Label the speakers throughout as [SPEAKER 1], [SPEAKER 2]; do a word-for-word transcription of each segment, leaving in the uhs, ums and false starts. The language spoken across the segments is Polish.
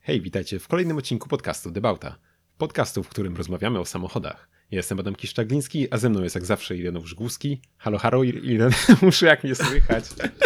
[SPEAKER 1] Hej, witajcie w kolejnym odcinku podcastu Debauta. Podcastu, w którym rozmawiamy o samochodach. Ja jestem Adam Kiszczagliński, a ze mną jest jak zawsze Ireneusz Głuski. Halo, halo, Ireneusz, jak mnie słychać?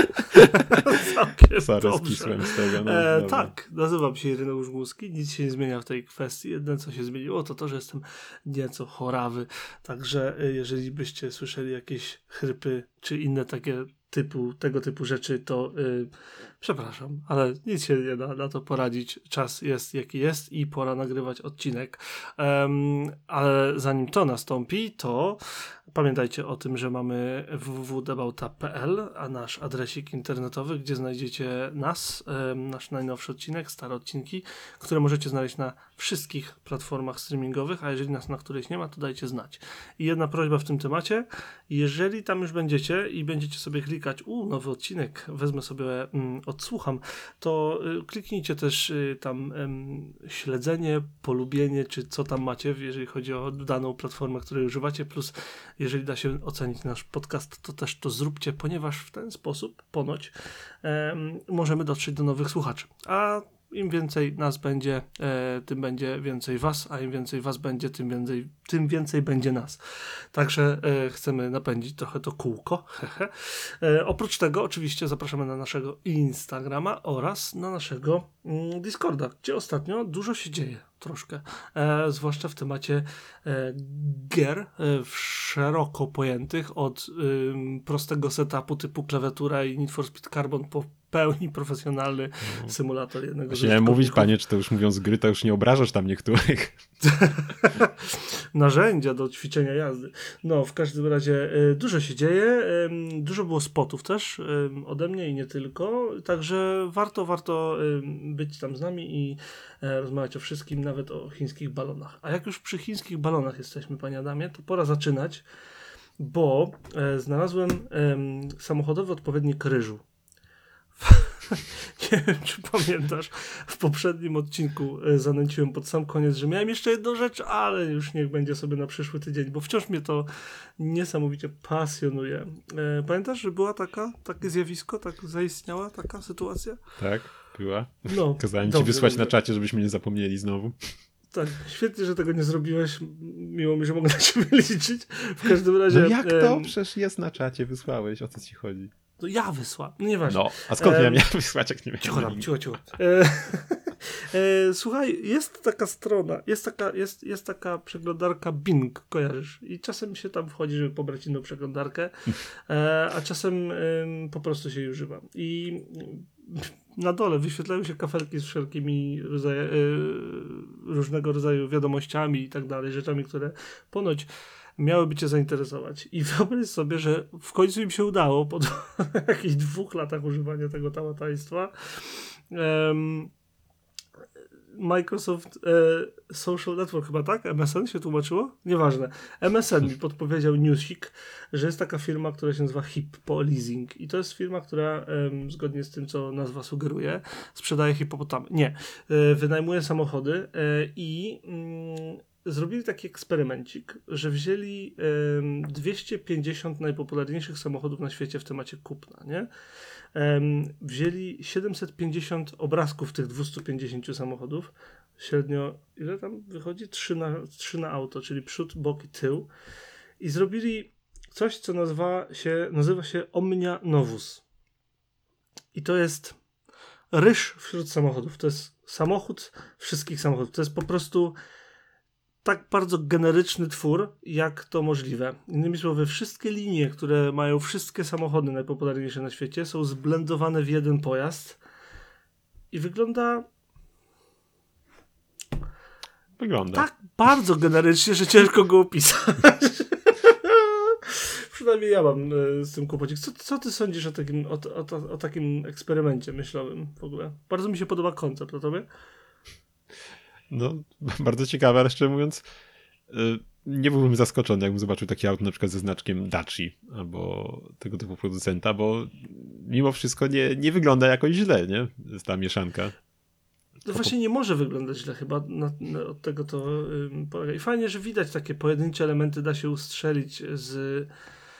[SPEAKER 1] Sorry, spisłem z tego. No,
[SPEAKER 2] e, tak, nazywam się Ireneusz Głuski, nic się nie zmienia w tej kwestii. Jedyne, co się zmieniło, to to, że jestem nieco chorawy. Także jeżeli byście słyszeli jakieś chrypy, czy inne takie typu, tego typu rzeczy, to yy, przepraszam, ale nic się nie da na to poradzić. Czas jest jaki jest i pora nagrywać odcinek. Um, ale zanim to nastąpi, to pamiętajcie o tym, że mamy w w w kropka debauta kropka p l, a nasz adresik internetowy, gdzie znajdziecie nas, um, nasz najnowszy odcinek, stare odcinki, które możecie znaleźć na wszystkich platformach streamingowych, a jeżeli nas na którejś nie ma, to dajcie znać. I jedna prośba w tym temacie, jeżeli tam już będziecie i będziecie sobie klikać, u, nowy odcinek, wezmę sobie, mm, odsłucham, to y, kliknijcie też y, tam y, śledzenie, polubienie, czy co tam macie, jeżeli chodzi o daną platformę, której używacie, plus jeżeli da się ocenić nasz podcast, to też to zróbcie, ponieważ w ten sposób ponoć y, możemy dotrzeć do nowych słuchaczy. A im więcej nas będzie, e, tym będzie więcej was, a im więcej was będzie, tym więcej, tym więcej będzie nas. Także e, chcemy napędzić trochę to kółko. Hehe. E, oprócz tego oczywiście zapraszamy na naszego Instagrama oraz na naszego mm, Discorda, gdzie ostatnio dużo się dzieje. Troszkę, e, zwłaszcza w temacie e, gier e, w szeroko pojętych, od y, prostego setupu typu klawiatura i Need for Speed Carbon po pełni profesjonalny no. symulator jednego
[SPEAKER 1] Właśnie miałem mówić, panie, czy to już mówiąc gry, to już nie obrażasz tam niektórych.
[SPEAKER 2] Narzędzia do ćwiczenia jazdy. No, w każdym razie y, dużo się dzieje, y, dużo było spotów też y, ode mnie i nie tylko, także warto, warto y, być tam z nami i y, rozmawiać o wszystkim, nawet o chińskich balonach. A jak już przy chińskich balonach jesteśmy, panie Adamie, to pora zaczynać, bo y, znalazłem y, samochodowy odpowiednik ryżu. Nie wiem, czy pamiętasz, w poprzednim odcinku e, zanęciłem pod sam koniec, że miałem jeszcze jedną rzecz, ale już niech będzie sobie na przyszły tydzień, bo wciąż mnie to niesamowicie pasjonuje. E, pamiętasz, że była taka, takie zjawisko, tak zaistniała taka sytuacja?
[SPEAKER 1] Tak, była.
[SPEAKER 2] No,
[SPEAKER 1] Kazałem
[SPEAKER 2] dobrze,
[SPEAKER 1] ci wysłać
[SPEAKER 2] dobrze.
[SPEAKER 1] na czacie, żebyśmy nie zapomnieli znowu.
[SPEAKER 2] Tak, świetnie, że tego nie zrobiłeś. Miło mi, że mogę na ciebie liczyć. W każdym razie...
[SPEAKER 1] No jak to?
[SPEAKER 2] Em,
[SPEAKER 1] Przecież jest na czacie, wysłałeś, o co ci chodzi?
[SPEAKER 2] to ja wysłałem, no nieważne.
[SPEAKER 1] No, a skąd
[SPEAKER 2] Em,
[SPEAKER 1] ja miałem wysłać, jak nie miałem?
[SPEAKER 2] Cicho tam, cicho, cicho. E, e, słuchaj, jest taka strona, jest taka, jest, jest taka przeglądarka Bing, kojarzysz? I czasem się tam wchodzi, żeby pobrać inną przeglądarkę, e, a czasem e, po prostu się jej używa. I na dole wyświetlają się kafelki z wszelkimi rodzaje, e, różnego rodzaju wiadomościami i tak dalej, rzeczami, które ponoć miałyby cię zainteresować. I wyobraź sobie, że w końcu im się udało po jakichś dwóch latach używania tego tałataństwa. Um, Microsoft e, Social Network chyba, tak? M S N się tłumaczyło? Nieważne. M S N mi podpowiedział newsik, że jest taka firma, która się nazywa Hippo Leasing. I to jest firma, która em, zgodnie z tym, co nazwa sugeruje, sprzedaje hipopotamy. Nie. E, wynajmuje samochody e, i mm, zrobili taki eksperymencik, że wzięli um, dwieście pięćdziesiąt najpopularniejszych samochodów na świecie w temacie kupna, nie? Um, wzięli siedemset pięćdziesiąt obrazków tych dwieście pięćdziesiąt samochodów, średnio, ile tam wychodzi? trzy na, trzy na auto, czyli przód, bok i tył, i zrobili coś, co nazywa się, nazywa się Omnia Novus. I to jest ryż wśród samochodów. To jest samochód wszystkich samochodów. To jest po prostu tak bardzo generyczny twór, jak to możliwe. Innymi słowy, wszystkie linie, które mają wszystkie samochody najpopularniejsze na świecie, są zblendowane w jeden pojazd i wygląda
[SPEAKER 1] Wygląda.
[SPEAKER 2] tak bardzo generycznie, że ciężko go opisać. Przynajmniej ja mam e, z tym kłopocik. Co, co ty sądzisz o takim, o, o, o takim eksperymencie myślowym w ogóle? Bardzo mi się podoba koncept, a tobie?
[SPEAKER 1] No, bardzo ciekawe, ale szczerze mówiąc, yy, nie byłbym zaskoczony, jakbym zobaczył takie auto na przykład ze znaczkiem Daci albo tego typu producenta, bo mimo wszystko nie, nie wygląda jakoś źle, nie? Ta mieszanka.
[SPEAKER 2] To właśnie nie może wyglądać źle chyba, na, na, od tego to ym, polega. I fajnie, że widać takie pojedyncze elementy, da się ustrzelić z,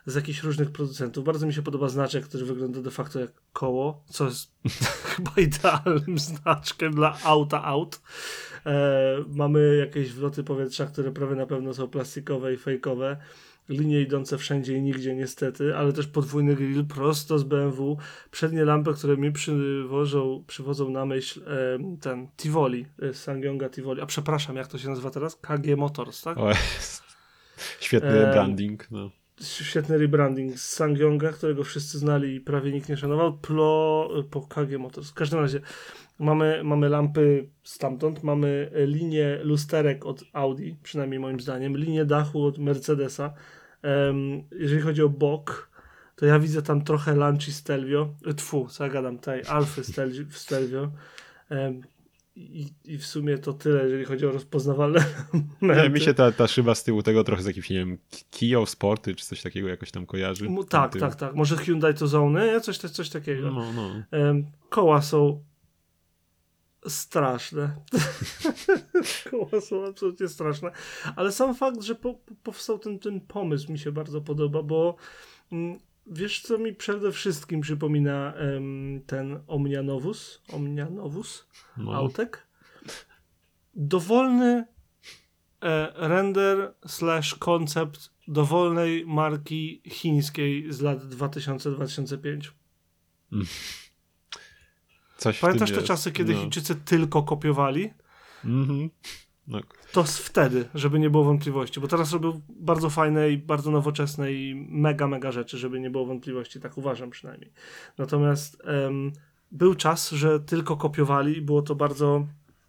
[SPEAKER 2] z jakichś różnych producentów. Bardzo mi się podoba znaczek, który wygląda de facto jak koło, co jest chyba idealnym znaczkiem dla auta aut. E, mamy jakieś wloty powietrza, które prawie na pewno są plastikowe i fejkowe. Linie idące wszędzie i nigdzie niestety, ale też podwójny grill prosto z B M W. Przednie lampy, które mi przywożą, przywodzą na myśl e, ten Tivoli, e, Sangyonga Tivoli. A przepraszam, jak to się nazywa teraz? K G Motors, tak?
[SPEAKER 1] O, świetny
[SPEAKER 2] E,
[SPEAKER 1] branding. No.
[SPEAKER 2] Świetny rebranding z Sangyonga, którego wszyscy znali i prawie nikt nie szanował, plo po K G Motors. W każdym razie mamy, mamy lampy stamtąd, mamy linię lusterek od Audi, przynajmniej moim zdaniem, linię dachu od Mercedesa. Um, jeżeli chodzi o bok, to ja widzę tam trochę Lancia Stelvio, tfu, co ja gadam, tej Alfy Stelvio. Um, I, I w sumie to tyle, jeżeli chodzi o rozpoznawalne elementy.
[SPEAKER 1] Nie, mi się ta, ta szyba z tyłu tego trochę z jakimś, nie wiem, Kia Sporty czy coś takiego jakoś tam kojarzy.
[SPEAKER 2] M- tak, tak, tak. Może Hyundai to Zony, coś, coś takiego.
[SPEAKER 1] No, no.
[SPEAKER 2] Um, koła są straszne. Koła są absolutnie straszne. Ale sam fakt, że po, po, powstał ten, ten pomysł mi się bardzo podoba, bo mm, wiesz, co mi przede wszystkim przypomina um, ten Omnianowus? Omnianowus?
[SPEAKER 1] no.
[SPEAKER 2] Autek? Dowolny e, render slash koncept dowolnej marki chińskiej z lat dwa tysiące do dwa tysiące piątego.
[SPEAKER 1] Mm. Coś
[SPEAKER 2] Pamiętasz
[SPEAKER 1] w
[SPEAKER 2] te
[SPEAKER 1] tym
[SPEAKER 2] czasy,
[SPEAKER 1] jest.
[SPEAKER 2] kiedy
[SPEAKER 1] no.
[SPEAKER 2] Chińczycy tylko kopiowali?
[SPEAKER 1] Mhm. No.
[SPEAKER 2] To z wtedy, żeby nie było wątpliwości, bo teraz robią bardzo fajne i bardzo nowoczesne i mega, mega rzeczy, żeby nie było wątpliwości, tak uważam przynajmniej. Natomiast em, był czas, że tylko kopiowali i było to bardzo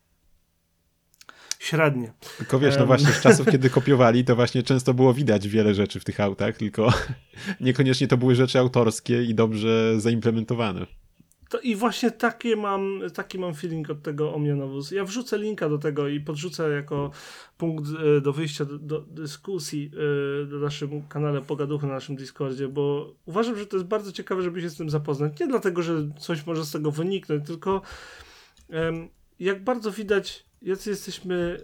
[SPEAKER 2] średnie.
[SPEAKER 1] Tylko wiesz, no
[SPEAKER 2] Em.
[SPEAKER 1] właśnie z czasów, kiedy kopiowali, to właśnie często było widać wiele rzeczy w tych autach, tylko niekoniecznie to były rzeczy autorskie i dobrze zaimplementowane.
[SPEAKER 2] To i właśnie takie mam, taki mam feeling od tego Omnianowus. Ja wrzucę linka do tego i podrzucę jako punkt e, do wyjścia do, do dyskusji e, na naszym kanale Pogaduchy, na naszym Discordzie, bo uważam, że to jest bardzo ciekawe, żeby się z tym zapoznać. Nie dlatego, że coś może z tego wyniknąć, tylko em, jak bardzo widać, jacy jesteśmy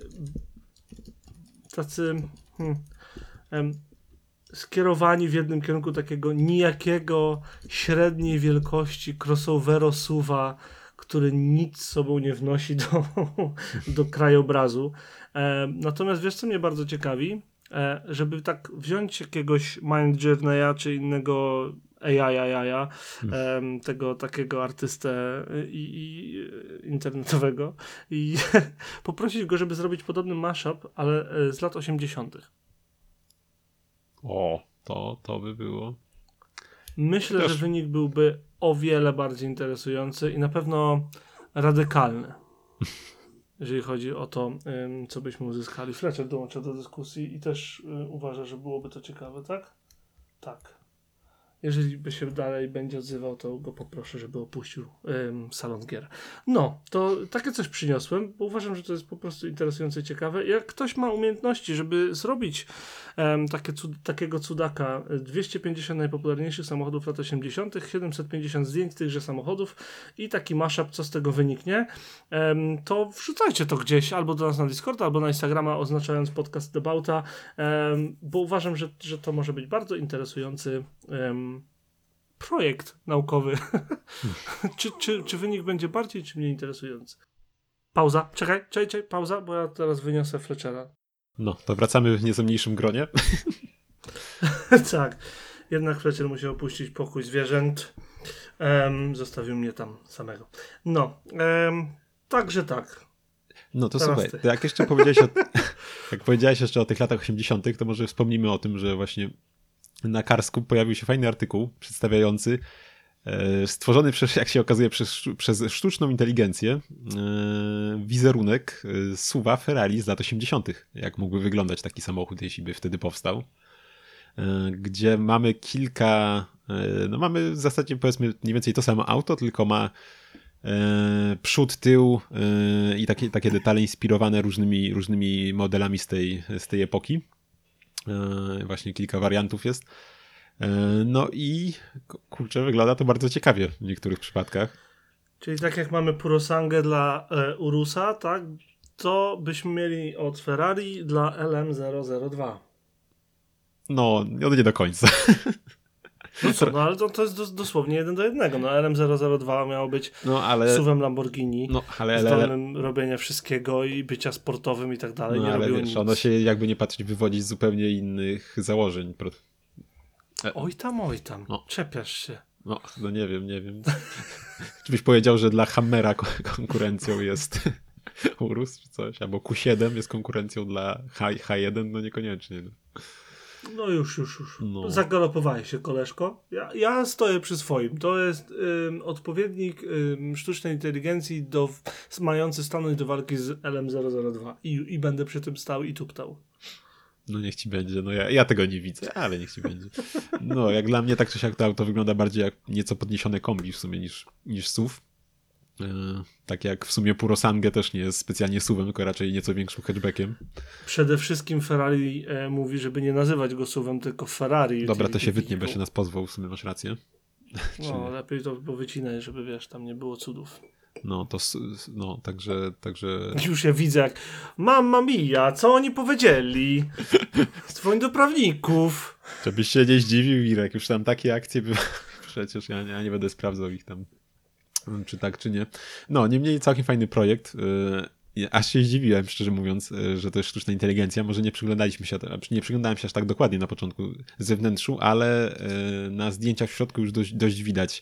[SPEAKER 2] tacy hmm, em, skierowani w jednym kierunku takiego nijakiego, średniej wielkości crossovero suwa, który nic z sobą nie wnosi do, do krajobrazu. E, natomiast wiesz, co mnie bardzo ciekawi? E, żeby tak wziąć jakiegoś Mind Journeya czy innego A I, A I, A I, e, tego takiego artystę i, i internetowego i poprosić go, żeby zrobić podobny mashup, ale e, z lat osiemdziesiątych.
[SPEAKER 1] O, to, to by było.
[SPEAKER 2] Myślę,
[SPEAKER 1] Też.
[SPEAKER 2] że wynik byłby o wiele bardziej interesujący i na pewno radykalny, jeżeli chodzi o to, ym, co byśmy uzyskali. Fletcher dołącza do dyskusji i też y, uważa, że byłoby to ciekawe, tak? Tak. Jeżeli by się dalej będzie odzywał, to go poproszę, żeby opuścił ym, salon gier. No, to takie coś przyniosłem, bo uważam, że to jest po prostu interesujące i ciekawe. Jak ktoś ma umiejętności, żeby zrobić ym, takie cud- takiego cudaka, dwieście pięćdziesiąt najpopularniejszych samochodów lat osiemdziesiątych, siedemset pięćdziesiąt zdjęć tychże samochodów i taki mashup, co z tego wyniknie, ym, to wrzucajcie to gdzieś, albo do nas na Discorda, albo na Instagrama, oznaczając podcast Debauta, ym, bo uważam, że, że to może być bardzo interesujący ym, projekt naukowy. czy, czy, czy wynik będzie bardziej, czy mniej interesujący? Pauza. Czekaj, czekaj, czekaj, pauza, bo ja teraz wyniosę Fletchera.
[SPEAKER 1] No, to wracamy w nieco mniejszym gronie.
[SPEAKER 2] Tak. Jednak Fletcher musiał opuścić pokój zwierzęt. Um, zostawił mnie tam samego. No. Um, także tak.
[SPEAKER 1] No to
[SPEAKER 2] Teraz
[SPEAKER 1] słuchaj,
[SPEAKER 2] ty.
[SPEAKER 1] to jak jeszcze powiedziałeś o, jak powiedziałeś jeszcze o tych latach osiemdziesiątych, to może wspomnimy o tym, że właśnie na Karsku pojawił się fajny artykuł przedstawiający e, stworzony przez, jak się okazuje, przez, przez sztuczną inteligencję e, wizerunek e, suwa Ferrari z lat osiemdziesiątych. Jak mógłby wyglądać taki samochód, jeśli by wtedy powstał. E, gdzie mamy kilka, e, no mamy w zasadzie powiedzmy mniej więcej to samo auto, tylko ma e, przód, tył e, i takie, takie detale inspirowane różnymi, różnymi modelami z tej, z tej epoki. Właśnie kilka wariantów jest. No i kurczę, wygląda to bardzo ciekawie w niektórych przypadkach.
[SPEAKER 2] Czyli tak jak mamy Purosangę dla e, Urusa, tak? To byśmy mieli od Ferrari dla L M zero zero dwa.
[SPEAKER 1] No, no nie do końca.
[SPEAKER 2] No co, no ale to, to jest dos- dosłownie jeden do jednego. No L M zero zero dwa miało być
[SPEAKER 1] No, ale...
[SPEAKER 2] suwem Lamborghini,
[SPEAKER 1] No, ale...
[SPEAKER 2] zdolnym robienia wszystkiego i bycia sportowym i tak dalej.
[SPEAKER 1] No,
[SPEAKER 2] nie
[SPEAKER 1] ale
[SPEAKER 2] robiło
[SPEAKER 1] wiesz,
[SPEAKER 2] nic.
[SPEAKER 1] ono się jakby nie patrzeć wywodzi z zupełnie innych założeń. Pro-
[SPEAKER 2] Oj tam, oj tam.
[SPEAKER 1] No.
[SPEAKER 2] Czepiasz się.
[SPEAKER 1] No, no nie wiem, nie wiem. Czy byś powiedział, że dla Hammera ko- konkurencją jest Urus czy coś? Albo Q siedem jest konkurencją dla H- H1? No niekoniecznie. No.
[SPEAKER 2] No już, już, już.
[SPEAKER 1] No.
[SPEAKER 2] Zagalopowałeś się, koleżko. Ja, ja stoję przy swoim. To jest ym, odpowiednik ym, sztucznej inteligencji do, mający stanąć do walki z L M zero zero dwa. I, I będę przy tym stał i tuptał.
[SPEAKER 1] No niech ci będzie. No ja, ja tego nie widzę, ale niech ci będzie. No jak dla mnie tak czy siak to auto wygląda bardziej jak nieco podniesione kombi w sumie niż, niż S U V. Yy, tak jak w sumie Purosangue też nie jest specjalnie S U V-em, tylko raczej nieco większym hatchbackiem.
[SPEAKER 2] Przede wszystkim Ferrari e, mówi, żeby nie nazywać go suwem, tylko Ferrari.
[SPEAKER 1] Dobra, to się
[SPEAKER 2] Utility
[SPEAKER 1] wytnie, bo
[SPEAKER 2] Vehicle.
[SPEAKER 1] się nas pozwał, w sumie masz rację.
[SPEAKER 2] No, lepiej to powycinaj, żeby wiesz, tam nie było cudów.
[SPEAKER 1] No to, s- no także, także...
[SPEAKER 2] Już ja widzę jak mamma mia, co oni powiedzieli? Dzwoń do prawników.
[SPEAKER 1] Żebyś się nie zdziwił, Irek, już tam takie akcje były. Przecież ja, ja nie będę sprawdzał ich tam, czy tak, czy nie. No, niemniej całkiem fajny projekt. Yy, aż się zdziwiłem, szczerze mówiąc, yy, że to jest sztuczna inteligencja. Może nie przyglądaliśmy się, nie przyglądałem się aż tak dokładnie na początku z zewnętrzu, ale yy, na zdjęciach w środku już dość, dość widać,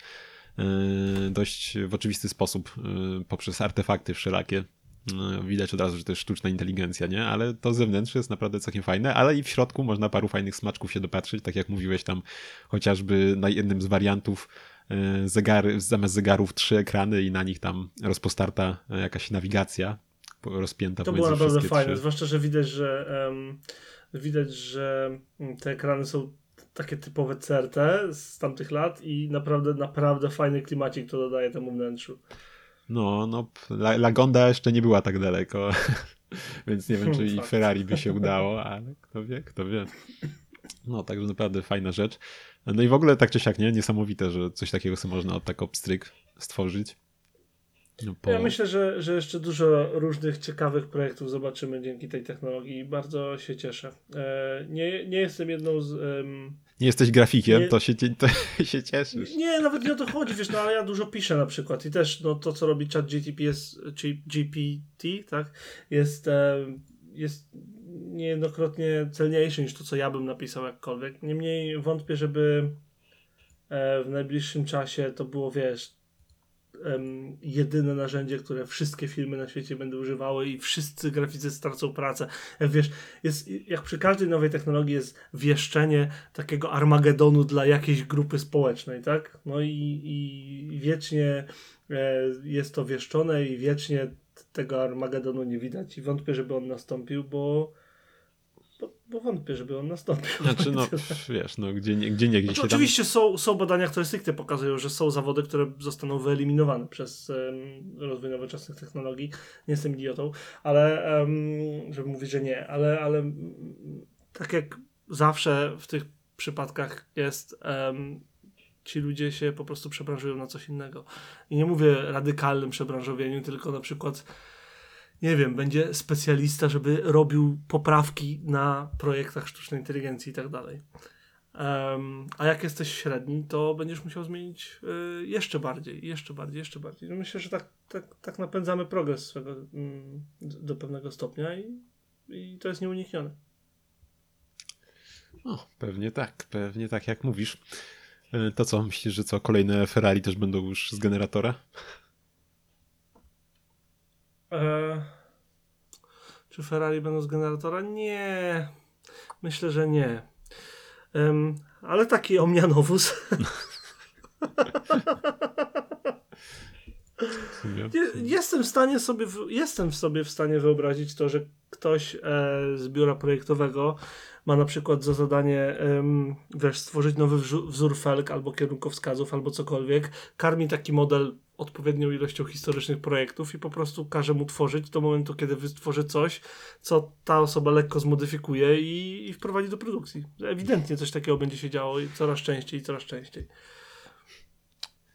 [SPEAKER 1] yy, dość w oczywisty sposób, yy, poprzez artefakty wszelakie. No, widać od razu, że to jest sztuczna inteligencja, nie? Ale to zewnętrzne jest naprawdę całkiem fajne, ale i w środku można paru fajnych smaczków się dopatrzyć, tak jak mówiłeś tam chociażby na jednym z wariantów e, zegary, zamiast zegarów trzy ekrany i na nich tam rozpostarta e, jakaś nawigacja po- rozpięta
[SPEAKER 2] To było
[SPEAKER 1] pomiędzy
[SPEAKER 2] naprawdę
[SPEAKER 1] wszystkie
[SPEAKER 2] fajne,
[SPEAKER 1] trzy.
[SPEAKER 2] zwłaszcza, że widać, że em, widać, że te ekrany są takie typowe C R T z tamtych lat i naprawdę, naprawdę fajny klimacik to dodaje temu wnętrzu.
[SPEAKER 1] No, no, p- La- Lagonda jeszcze nie była tak daleko, więc nie wiem, czy i
[SPEAKER 2] Fakt.
[SPEAKER 1] Ferrari by się udało, ale kto wie, kto wie. No, także naprawdę fajna rzecz. No i w ogóle tak czy siak, nie? Niesamowite, że coś takiego sobie można od tak obstryk stworzyć. No, po...
[SPEAKER 2] Ja myślę, że, że jeszcze dużo różnych ciekawych projektów zobaczymy dzięki tej technologii i bardzo się cieszę. E, nie, nie jestem jedną z... em,
[SPEAKER 1] Nie jesteś grafikiem,
[SPEAKER 2] Nie-
[SPEAKER 1] to, się, cie- to się cieszysz.
[SPEAKER 2] Nie, nawet nie o to chodzi, wiesz, no ale ja dużo piszę na przykład i też no, to, co robi chat G T P jest, czy G P T, tak, jest, e, jest niejednokrotnie celniejszy niż to, co ja bym napisał jakkolwiek. Niemniej wątpię, żeby e, w najbliższym czasie to było, wiesz, em, jedyne narzędzie, które wszystkie firmy na świecie będą używały i wszyscy graficy stracą pracę. Jak wiesz, jest, jak przy każdej nowej technologii jest wieszczenie takiego Armagedonu dla jakiejś grupy społecznej, tak? No i, i wiecznie e, jest to wieszczone i wiecznie t- tego Armagedonu nie widać i wątpię, żeby on nastąpił, bo bo, bo wątpię, żeby on nastąpił.
[SPEAKER 1] Znaczy, no, wiesz, no, gdzie nie, gdzie, nie, gdzie
[SPEAKER 2] Znaczy,
[SPEAKER 1] się tam...
[SPEAKER 2] oczywiście są, są badania, które stricte pokazują, że są zawody, które zostaną wyeliminowane przez um, rozwój nowoczesnych technologii. Nie jestem idiotą, ale um, żeby mówić, że nie, ale, ale mm, tak jak zawsze w tych przypadkach jest, um, ci ludzie się po prostu przebranżują na coś innego. I nie mówię radykalnym przebranżowieniu, tylko na przykład nie wiem, będzie specjalista, żeby robił poprawki na projektach sztucznej inteligencji i tak dalej. Um, a jak jesteś średni, to będziesz musiał zmienić y, jeszcze bardziej, jeszcze bardziej, jeszcze bardziej. No myślę, że tak, tak, tak napędzamy progres swego, mm, do pewnego stopnia i, i to jest nieuniknione.
[SPEAKER 1] O, pewnie tak, pewnie tak, jak mówisz. E, To co, myślisz, że co, kolejne Ferrari też będą już z generatora?
[SPEAKER 2] E, czy Ferrari będą z generatora? Nie. Myślę, że nie. Em, ale taki omnianowóz.
[SPEAKER 1] W sumie.
[SPEAKER 2] Je- Jestem w stanie sobie, w- jestem w sobie w stanie wyobrazić to, że ktoś e, z biura projektowego ma na przykład za zadanie em, wiesz, stworzyć nowy wzór, wzór felg albo kierunkowskazów albo cokolwiek, karmi taki model odpowiednią ilością historycznych projektów i po prostu każe mu tworzyć do momentu, kiedy wytworzy coś, co ta osoba lekko zmodyfikuje i, i wprowadzi do produkcji. Ewidentnie coś takiego będzie się działo i coraz częściej i coraz częściej.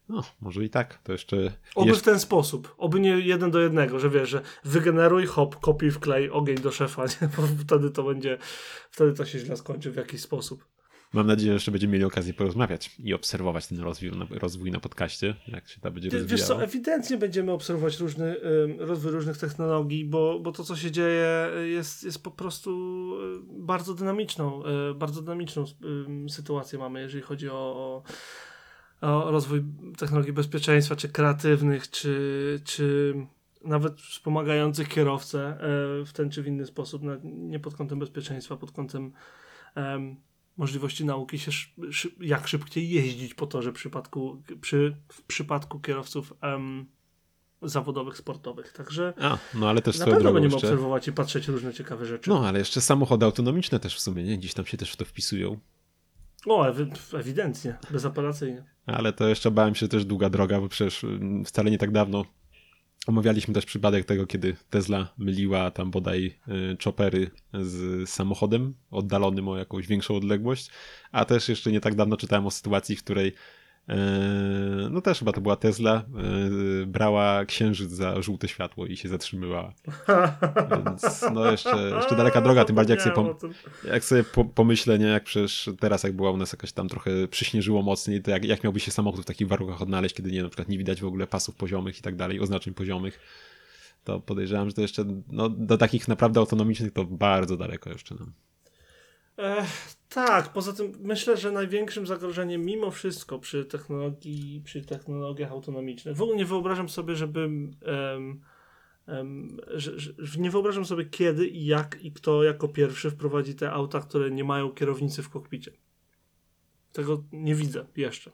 [SPEAKER 1] No, może i tak, to jeszcze...
[SPEAKER 2] Oby
[SPEAKER 1] jeszcze...
[SPEAKER 2] w ten sposób, oby nie jeden do jednego, że wiesz, że wygeneruj, hop, kopiuj, wklej, ogień do szefa, nie? Bo wtedy to będzie, wtedy to się źle skończy w jakiś sposób.
[SPEAKER 1] Mam nadzieję, że jeszcze będziemy mieli okazję porozmawiać i obserwować ten rozwój na, rozwój na podcaście, jak się ta będzie
[SPEAKER 2] Wiesz
[SPEAKER 1] rozwijało.
[SPEAKER 2] co, ewidentnie będziemy obserwować różny, rozwój różnych technologii, bo, bo to, co się dzieje, jest, jest po prostu bardzo dynamiczną, bardzo dynamiczną sytuację mamy, jeżeli chodzi o, o, o rozwój technologii bezpieczeństwa, czy kreatywnych, czy, czy nawet wspomagających kierowcę w ten czy w inny sposób, nie pod kątem bezpieczeństwa, pod kątem um, możliwości nauki się szy, jak szybciej jeździć po torze w przypadku, przy, w przypadku kierowców um, zawodowych, sportowych. Także
[SPEAKER 1] A, no ale też
[SPEAKER 2] na
[SPEAKER 1] swoją
[SPEAKER 2] pewno
[SPEAKER 1] drogą
[SPEAKER 2] będziemy
[SPEAKER 1] jeszcze...
[SPEAKER 2] obserwować i patrzeć różne ciekawe rzeczy.
[SPEAKER 1] No, ale jeszcze samochody autonomiczne też w sumie, nie? Gdzieś tam się też w to wpisują.
[SPEAKER 2] O, ewi- ewidentnie, bezapelacyjnie.
[SPEAKER 1] Ale to jeszcze bałem się też długa droga, bo przecież wcale nie tak dawno omawialiśmy też przypadek tego, kiedy Tesla myliła tam bodaj y, choppery z samochodem oddalonym o jakąś większą odległość, a też jeszcze nie tak dawno czytałem o sytuacji, w której y, no też chyba to była Tesla, y, brała księżyc za żółte światło i się zatrzymywała. Więc no jeszcze, jeszcze daleka droga, tym bardziej jak sobie, pom- jak sobie po- pomyślę, nie, jak przecież teraz jak była u nas jakaś tam trochę przyśnieżyło mocniej, to jak, jak miałby się samochód w takich warunkach odnaleźć, kiedy nie, na przykład nie widać w ogóle pasów poziomych i tak dalej, oznaczeń poziomych, to podejrzewam, że to jeszcze no, do takich naprawdę autonomicznych to bardzo daleko jeszcze nam.
[SPEAKER 2] Ech, tak, poza tym myślę, że największym zagrożeniem mimo wszystko przy technologii, przy technologiach autonomicznych, w ogóle nie wyobrażam sobie, żeby um, um, że, że, nie wyobrażam sobie kiedy i jak i kto jako pierwszy wprowadzi te auta, które nie mają kierownicy w kokpicie. Tego nie widzę jeszcze.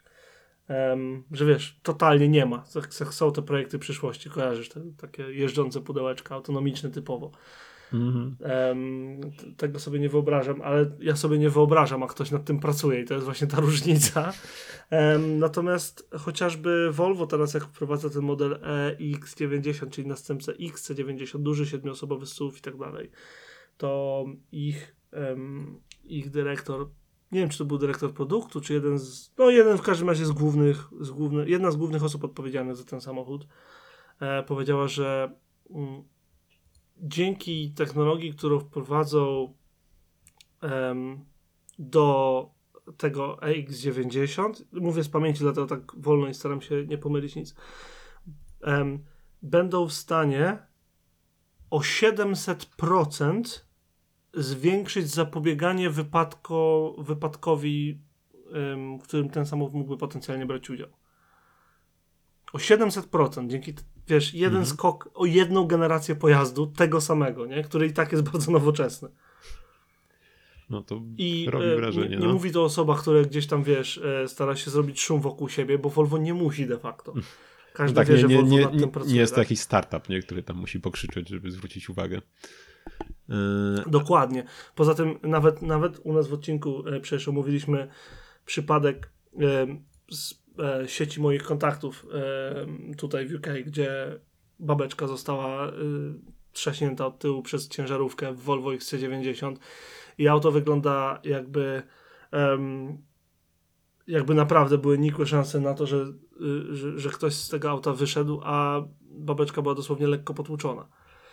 [SPEAKER 2] Um, że wiesz, totalnie nie ma. Są te projekty przyszłości, kojarzysz, te, takie jeżdżące pudełeczka autonomiczne typowo.
[SPEAKER 1] Mhm.
[SPEAKER 2] Um, t- tego sobie nie wyobrażam, ale ja sobie nie wyobrażam, a ktoś nad tym pracuje i to jest właśnie ta różnica. Um, natomiast chociażby Volvo teraz jak wprowadza ten model E X dziewięćdziesiąt, czyli następcę X C dziewięćdziesiąt, duży siedmioosobowy S U V i tak dalej, to ich, um, ich dyrektor, nie wiem czy to był dyrektor produktu, czy jeden z, no jeden w każdym razie z głównych, z głównych, jedna z głównych osób odpowiedzialnych za ten samochód, e, powiedziała, że mm, dzięki technologii, którą wprowadzą um, do tego E X dziewięćdziesiąt, mówię z pamięci, dlatego tak wolno i staram się nie pomylić nic, um, będą w stanie o siedemset procent zwiększyć zapobieganie wypadko, wypadkowi, um, w którym ten samochód mógłby potencjalnie brać udział. O siedemset procent, dzięki, wiesz, jeden mhm. skok o jedną generację pojazdu tego samego, nie? Który i tak jest bardzo nowoczesny.
[SPEAKER 1] No to
[SPEAKER 2] I
[SPEAKER 1] robi
[SPEAKER 2] e,
[SPEAKER 1] wrażenie.
[SPEAKER 2] Nie,
[SPEAKER 1] no.
[SPEAKER 2] nie mówi to o osobach, które gdzieś tam, wiesz, e, stara się zrobić szum wokół siebie, bo Volvo nie musi de facto. Każdy
[SPEAKER 1] no tak,
[SPEAKER 2] wie,
[SPEAKER 1] nie,
[SPEAKER 2] że
[SPEAKER 1] nie,
[SPEAKER 2] Volvo
[SPEAKER 1] nie,
[SPEAKER 2] nad tym
[SPEAKER 1] nie,
[SPEAKER 2] pracuje.
[SPEAKER 1] nie jest to
[SPEAKER 2] tak?
[SPEAKER 1] jakiś startup, nie, który tam musi pokrzyczeć, żeby zwrócić uwagę. Yy...
[SPEAKER 2] Dokładnie. Poza tym nawet, nawet u nas w odcinku e, przecież omówiliśmy przypadek e, z e, sieci moich kontaktów e, tutaj w U K, gdzie babeczka została e, trzaśnięta od tyłu przez ciężarówkę w Volvo X C dziewięćdziesiąt i auto wygląda jakby um, jakby naprawdę były nikłe szanse na to, że, y, że, że ktoś z tego auta wyszedł, a babeczka była dosłownie lekko potłuczona.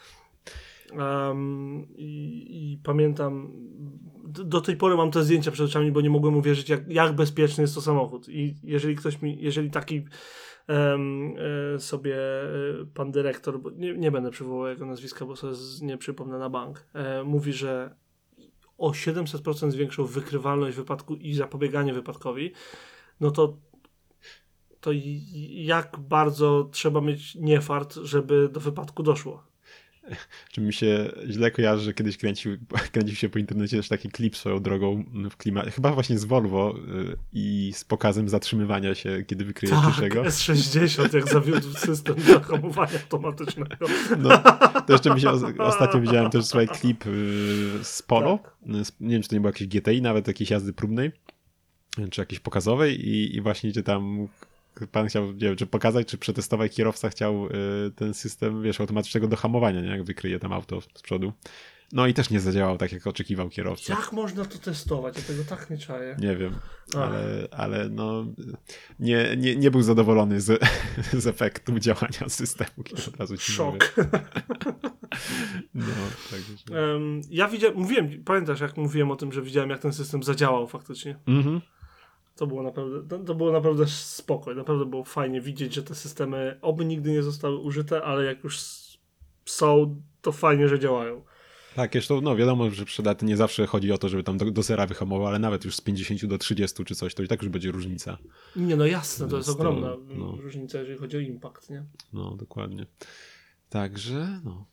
[SPEAKER 2] Um, i, I pamiętam, do, do tej pory mam te zdjęcia przed oczami, bo nie mogłem uwierzyć, jak, jak bezpieczny jest to samochód. I jeżeli ktoś mi, jeżeli taki um, e, sobie e, pan dyrektor, bo nie, nie będę przywoływał jego nazwiska, bo sobie z, nie przypomnę na bank, e, mówi, że o siedemset procent zwiększył wykrywalność wypadku i zapobieganie wypadkowi, no to to jak bardzo trzeba mieć niefart, żeby do wypadku doszło.
[SPEAKER 1] Czy mi się źle kojarzy, że kiedyś kręcił, kręcił się po internecie też taki klip swoją drogą w klimacie, chyba właśnie z Volvo yy, i z pokazem zatrzymywania się, kiedy wykryje
[SPEAKER 2] tak,
[SPEAKER 1] przyszłego.
[SPEAKER 2] S sześćdziesiąt, jak zawiódł system zahamowania automatycznego.
[SPEAKER 1] No, to jeszcze mi się ostatnio widziałem też słuchaj, klip yy, z Polo.
[SPEAKER 2] Tak.
[SPEAKER 1] Nie wiem, czy to nie było jakieś G T I, nawet jakiejś jazdy próbnej, czy jakiejś pokazowej i, i właśnie gdzie tam pan chciał, nie wiem, czy pokazać, czy przetestować, kierowca chciał y, ten system, wiesz, automatycznego do hamowania, nie? Jak wykryje tam auto z przodu. No i też nie zadziałał tak, jak oczekiwał kierowca.
[SPEAKER 2] Jak można to testować? Ja tego tak nie czaję.
[SPEAKER 1] Nie wiem, ale, ale no nie, nie, nie był zadowolony z, z efektu działania systemu. Od razu ci
[SPEAKER 2] Szok.
[SPEAKER 1] No, także...
[SPEAKER 2] um, ja widziałem, mówiłem, pamiętasz jak mówiłem o tym, że widziałem jak ten system zadziałał faktycznie.
[SPEAKER 1] Mhm.
[SPEAKER 2] To było naprawdę, to, to było naprawdę spoko. Naprawdę było fajnie widzieć, że te systemy oby nigdy nie zostały użyte, ale jak już są, to fajnie, że działają.
[SPEAKER 1] Tak, jeszcze no wiadomo, że przy daty nie zawsze chodzi o to, żeby tam do, do zera wyhamował, ale nawet już z pięćdziesięciu do trzydziestu czy coś, to i tak już będzie różnica.
[SPEAKER 2] Nie, no jasne, to
[SPEAKER 1] Więc
[SPEAKER 2] jest
[SPEAKER 1] to,
[SPEAKER 2] ogromna
[SPEAKER 1] no.
[SPEAKER 2] różnica, jeżeli chodzi o impact, nie?
[SPEAKER 1] No, dokładnie. Także, no.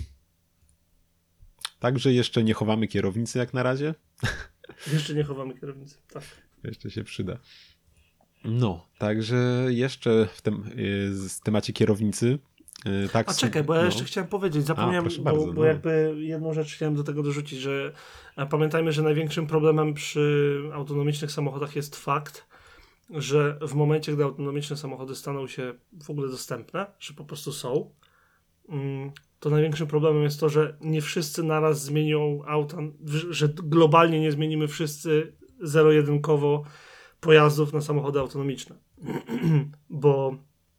[SPEAKER 1] Także jeszcze nie chowamy kierownicy jak na razie.
[SPEAKER 2] Jeszcze nie chowamy kierownicy, tak.
[SPEAKER 1] Jeszcze się przyda. No, także jeszcze w tym z temacie kierownicy. Tak,
[SPEAKER 2] A czekaj, bo ja
[SPEAKER 1] no.
[SPEAKER 2] jeszcze chciałem powiedzieć, zapomniałem,
[SPEAKER 1] A,
[SPEAKER 2] bo,
[SPEAKER 1] bardzo,
[SPEAKER 2] bo
[SPEAKER 1] no.
[SPEAKER 2] jakby jedną rzecz chciałem do tego dorzucić, że pamiętajmy, że największym problemem przy autonomicznych samochodach jest fakt, że w momencie, gdy autonomiczne samochody staną się w ogóle dostępne, że po prostu są, to największym problemem jest to, że nie wszyscy naraz zmienią auta, że globalnie nie zmienimy wszyscy zero-jedynkowo pojazdów na samochody autonomiczne. Bo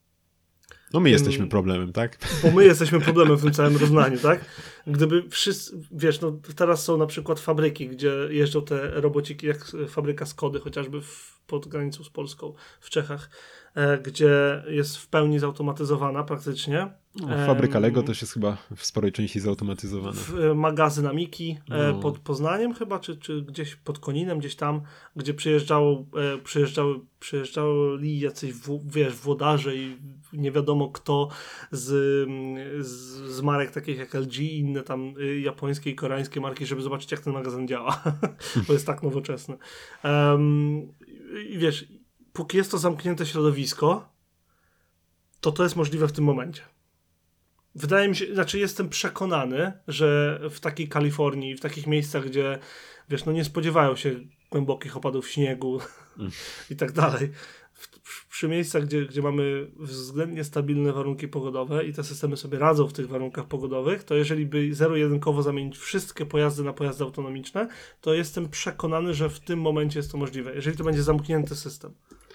[SPEAKER 1] No my jesteśmy problemem, tak?
[SPEAKER 2] Bo my jesteśmy problemem w tym całym równaniu, tak? Gdyby wszyscy, wiesz, no teraz są na przykład fabryki, gdzie jeżdżą te robociki, jak fabryka Skody, chociażby w, pod granicą z Polską, w Czechach, e, gdzie jest w pełni zautomatyzowana praktycznie.
[SPEAKER 1] No, fabryka Lego też jest chyba w sporej części zautomatyzowana.
[SPEAKER 2] W, e, magazyn Amiki e,
[SPEAKER 1] No.
[SPEAKER 2] pod Poznaniem chyba, czy, czy gdzieś pod Koninem, gdzieś tam, gdzie przyjeżdżało, e, przyjeżdżały, przyjeżdżali jacyś, w, wiesz, włodarze i nie wiadomo kto z, z, z marek takich jak L G i inne tam y, japońskie i koreańskie marki, żeby zobaczyć jak ten magazyn działa, bo jest tak nowoczesny. Um, I wiesz, póki jest to zamknięte środowisko, to to jest możliwe w tym momencie. Wydaje mi się, znaczy jestem przekonany, że w takiej Kalifornii, w takich miejscach, gdzie wiesz, no nie spodziewają się głębokich opadów śniegu mm. i tak dalej, w, przy miejscach, gdzie, gdzie mamy względnie stabilne warunki pogodowe i te systemy sobie radzą w tych warunkach pogodowych, to jeżeli by zero-jedynkowo zamienić wszystkie pojazdy na pojazdy autonomiczne, to jestem przekonany, że w tym momencie jest to możliwe, jeżeli to będzie zamknięty system.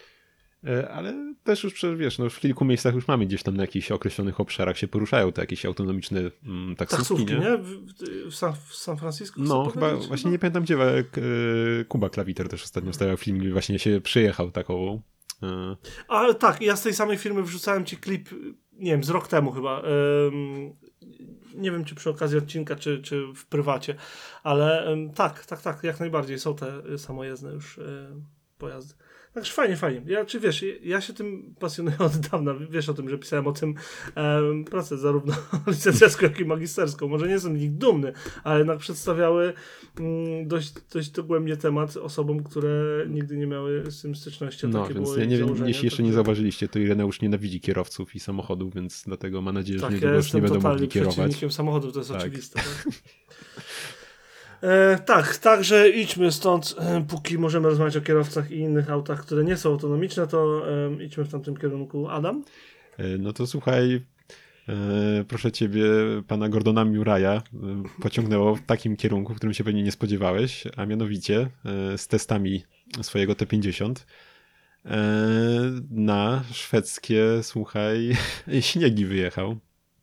[SPEAKER 1] Ale też już, wiesz, no w kilku miejscach już mamy gdzieś tam na jakichś określonych obszarach się poruszają te jakieś autonomiczne mm, taksówki,
[SPEAKER 2] taksówki,
[SPEAKER 1] nie?
[SPEAKER 2] nie? W, w, San, w San Francisco?
[SPEAKER 1] No, chyba, właśnie chyba? nie pamiętam gdzie, ale Kuba Klawiter też ostatnio stawiał film i właśnie się przyjechał taką... Y...
[SPEAKER 2] Ale tak, ja z tej samej firmy wrzucałem ci klip, nie wiem, z rok temu chyba. Ym, nie wiem, czy przy okazji odcinka, czy, czy w prywacie, ale ym, tak, tak, tak, jak najbardziej są te samojezdne już y, pojazdy. Także fajnie, fajnie. Ja, czy wiesz, ja się tym pasjonuję od dawna. Wiesz o tym, że pisałem o tym um, pracę zarówno licencjacką, jak i magisterską. Może nie jestem z nich dumny, ale jednak przedstawiały um, dość, dość dogłębnie temat osobom, które nigdy nie miały z tym styczności.
[SPEAKER 1] No,
[SPEAKER 2] takie
[SPEAKER 1] więc
[SPEAKER 2] było
[SPEAKER 1] ja nie wiem,
[SPEAKER 2] założenie,
[SPEAKER 1] jeśli jeszcze
[SPEAKER 2] to,
[SPEAKER 1] nie
[SPEAKER 2] że...
[SPEAKER 1] zauważyliście, to Ireneusz nienawidzi kierowców i samochodów, więc dlatego mam nadzieję, że
[SPEAKER 2] tak,
[SPEAKER 1] niedługo
[SPEAKER 2] ja
[SPEAKER 1] już nie będą mogli kierować.
[SPEAKER 2] przeciwnikiem samochodów, to jest
[SPEAKER 1] tak.
[SPEAKER 2] oczywiste. Tak? E, tak, także idźmy stąd, e, póki możemy rozmawiać o kierowcach i innych autach, które nie są autonomiczne, to e, idźmy w tamtym kierunku. Adam?
[SPEAKER 1] E, no to słuchaj, e, proszę ciebie, pana Gordona Murraya e, pociągnęło w takim kierunku, w którym się pewnie nie spodziewałeś, a mianowicie e, z testami swojego T pięćdziesiąt e, na szwedzkie, słuchaj, śniegi wyjechał.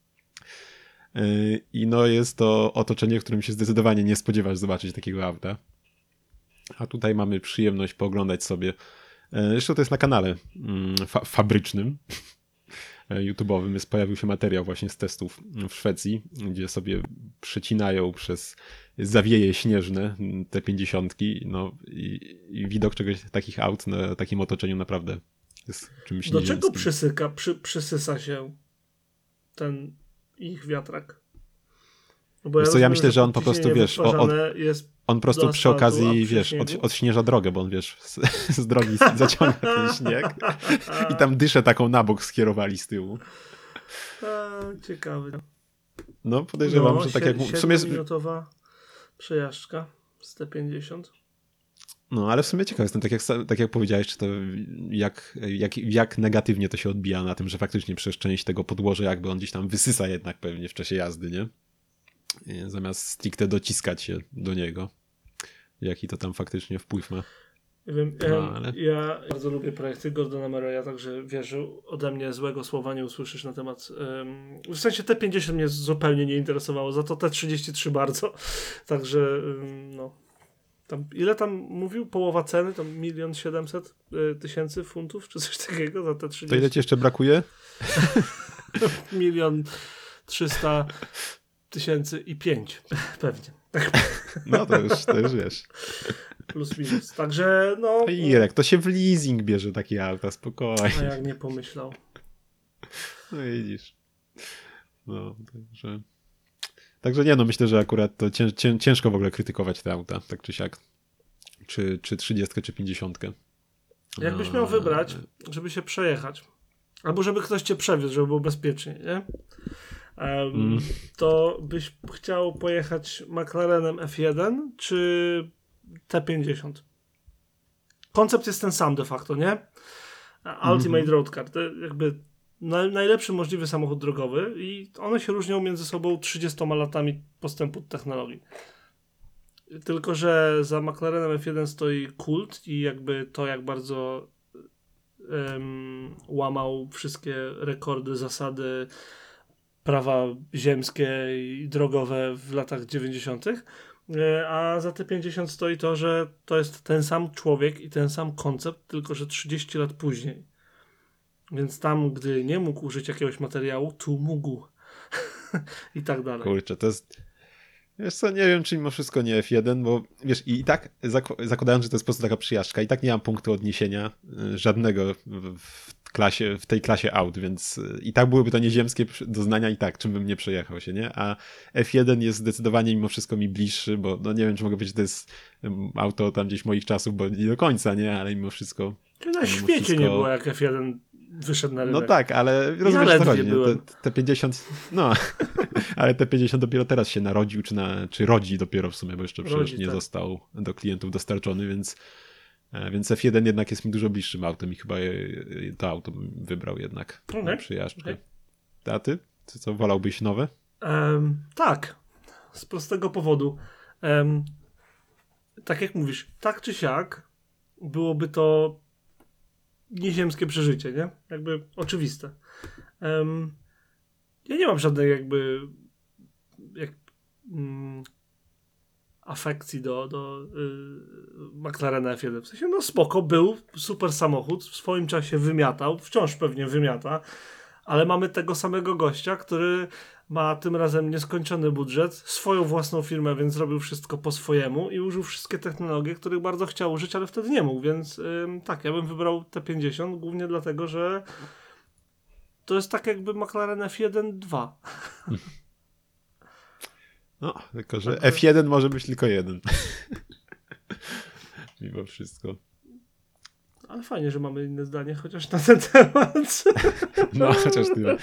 [SPEAKER 1] I no jest to otoczenie, w którym się zdecydowanie nie spodziewasz zobaczyć takiego auta. A tutaj mamy przyjemność pooglądać sobie. Zresztą to jest na kanale fa- fabrycznym, YouTube'owym. Jest, pojawił się materiał właśnie z testów w Szwecji, gdzie sobie przecinają przez zawieje śnieżne te pięćdziesiątki. No i, i widok czegoś takich aut na takim otoczeniu naprawdę jest czymś
[SPEAKER 2] Do
[SPEAKER 1] nieziemskim.
[SPEAKER 2] czego przysyka, przy, przysysa się ten ich wiatrak? No bo ja
[SPEAKER 1] wiesz co,
[SPEAKER 2] rozumiem,
[SPEAKER 1] ja myślę, że on po prostu, wiesz, o, od,
[SPEAKER 2] jest
[SPEAKER 1] on po prostu
[SPEAKER 2] asfaltu,
[SPEAKER 1] przy okazji,
[SPEAKER 2] przy
[SPEAKER 1] wiesz, od,
[SPEAKER 2] śniegu?
[SPEAKER 1] odśnieża drogę, bo on, wiesz, z, z drogi zaciąga ten śnieg i tam dyszę taką na bok skierowali z tyłu.
[SPEAKER 2] A, ciekawy.
[SPEAKER 1] No, podejrzewam,
[SPEAKER 2] no,
[SPEAKER 1] że tak jak... W sumie,
[SPEAKER 2] minutowa przejażdżka z T pięćdziesiąt.
[SPEAKER 1] no, ale w sumie ciekaw jestem, tak jak, tak jak powiedziałeś, czy to jak, jak, jak negatywnie to się odbija na tym, że faktycznie przez część tego podłoża jakby on gdzieś tam wysysa jednak pewnie w czasie jazdy, nie? zamiast stricte dociskać się do niego. Jaki to tam faktycznie wpływ ma.
[SPEAKER 2] Nie wiem, ja,
[SPEAKER 1] No, ale...
[SPEAKER 2] ja bardzo lubię projekty Gordona Murraya, także wiesz, że ode mnie złego słowa nie usłyszysz na temat... Um, w sensie T pięćdziesiąt mnie zupełnie nie interesowało, za to T trzydzieści trzy bardzo. Także um, no... Tam, ile tam mówił? Połowa ceny? Tam milion siedemset tysięcy funtów, czy coś takiego za T trzydzieści?
[SPEAKER 1] To ile ci jeszcze brakuje?
[SPEAKER 2] Milion trzysta tysięcy i pięć. Pewnie.
[SPEAKER 1] No to już, to już wiesz.
[SPEAKER 2] Plus minus. Także no...
[SPEAKER 1] A Irek, to się w leasing bierze takie auta, spokojnie.
[SPEAKER 2] A jak nie pomyślał.
[SPEAKER 1] No widzisz. No, także... Także nie, no myślę, że akurat to cię, cię, ciężko w ogóle krytykować te auta, tak czy siak. Czy, czy trzydziestkę, czy pięćdziesiątkę.
[SPEAKER 2] Jakbyś miał wybrać, żeby się przejechać, albo żeby ktoś cię przewiózł, żeby było bezpiecznie, nie? Um, mm. To byś chciał pojechać McLarenem F jeden czy T pięćdziesiąt? Koncept jest ten sam de facto, nie? Ultimate mm-hmm. Road Car, to jakby na, najlepszy możliwy samochód drogowy i one się różnią między sobą trzydziestoma latami postępu technologii. Tylko że za McLarenem F jeden stoi kult i jakby to, jak bardzo um, łamał wszystkie rekordy, zasady, prawa ziemskie i drogowe w latach dziewięćdziesiątych. A za T pięćdziesiąt stoi to, że to jest ten sam człowiek i ten sam koncept, tylko że trzydzieści lat później. Więc tam, gdy nie mógł użyć jakiegoś materiału, tu mógł. I tak dalej.
[SPEAKER 1] Kurczę, to jest... Wiesz co, nie wiem, czy mimo wszystko nie F jeden, bo wiesz, i tak zak- zakładając, że to jest po prostu taka przyjażdżka, i tak nie mam punktu odniesienia y, żadnego w klasie, w tej klasie aut, więc y, i tak byłyby to nieziemskie doznania i tak, czym bym nie przejechał się, nie? A F jeden jest zdecydowanie mimo wszystko mi bliższy, bo no nie wiem, czy mogę powiedzieć, że to jest um, auto tam gdzieś moich czasów, bo nie do końca, nie? Ale mimo wszystko...
[SPEAKER 2] Czy na świecie wszystko... nie było, jak F jeden wyszedł na rynek.
[SPEAKER 1] No tak, ale rozumiesz, ja co chodzi, nie? Te, te pięćdziesiąt, no, ale te pięćdziesiąt dopiero teraz się narodził, czy, na, czy rodzi dopiero w sumie, bo jeszcze przecież rodzi, nie tak. został do klientów dostarczony, więc, więc F jeden jednak jest mi dużo bliższym autem i chyba je, to auto bym wybrał jednak okay. na przyjażdżkę. Okay. A ty? Ty co, wolałbyś nowe?
[SPEAKER 2] Um, tak, z prostego powodu. Um, tak jak mówisz, tak czy siak byłoby to nieziemskie przeżycie, nie? Jakby oczywiste. Um, ja nie mam żadnej jakby jak, mm, afekcji do, do y, McLarena F jeden. W sensie, no spoko, był super samochód, w swoim czasie wymiatał, wciąż pewnie wymiata, ale mamy tego samego gościa, który ma tym razem nieskończony budżet, swoją własną firmę, więc zrobił wszystko po swojemu i użył wszystkie technologie, których bardzo chciał użyć, ale wtedy nie mógł, więc ym, tak, ja bym wybrał T pięćdziesiąt, głównie dlatego, że to jest tak jakby McLaren F jeden dwa.
[SPEAKER 1] No, tylko że tak, F jeden może być tylko jeden. Mimo wszystko.
[SPEAKER 2] Ale fajnie, że mamy inne zdanie chociaż na ten temat.
[SPEAKER 1] No, chociaż tyle.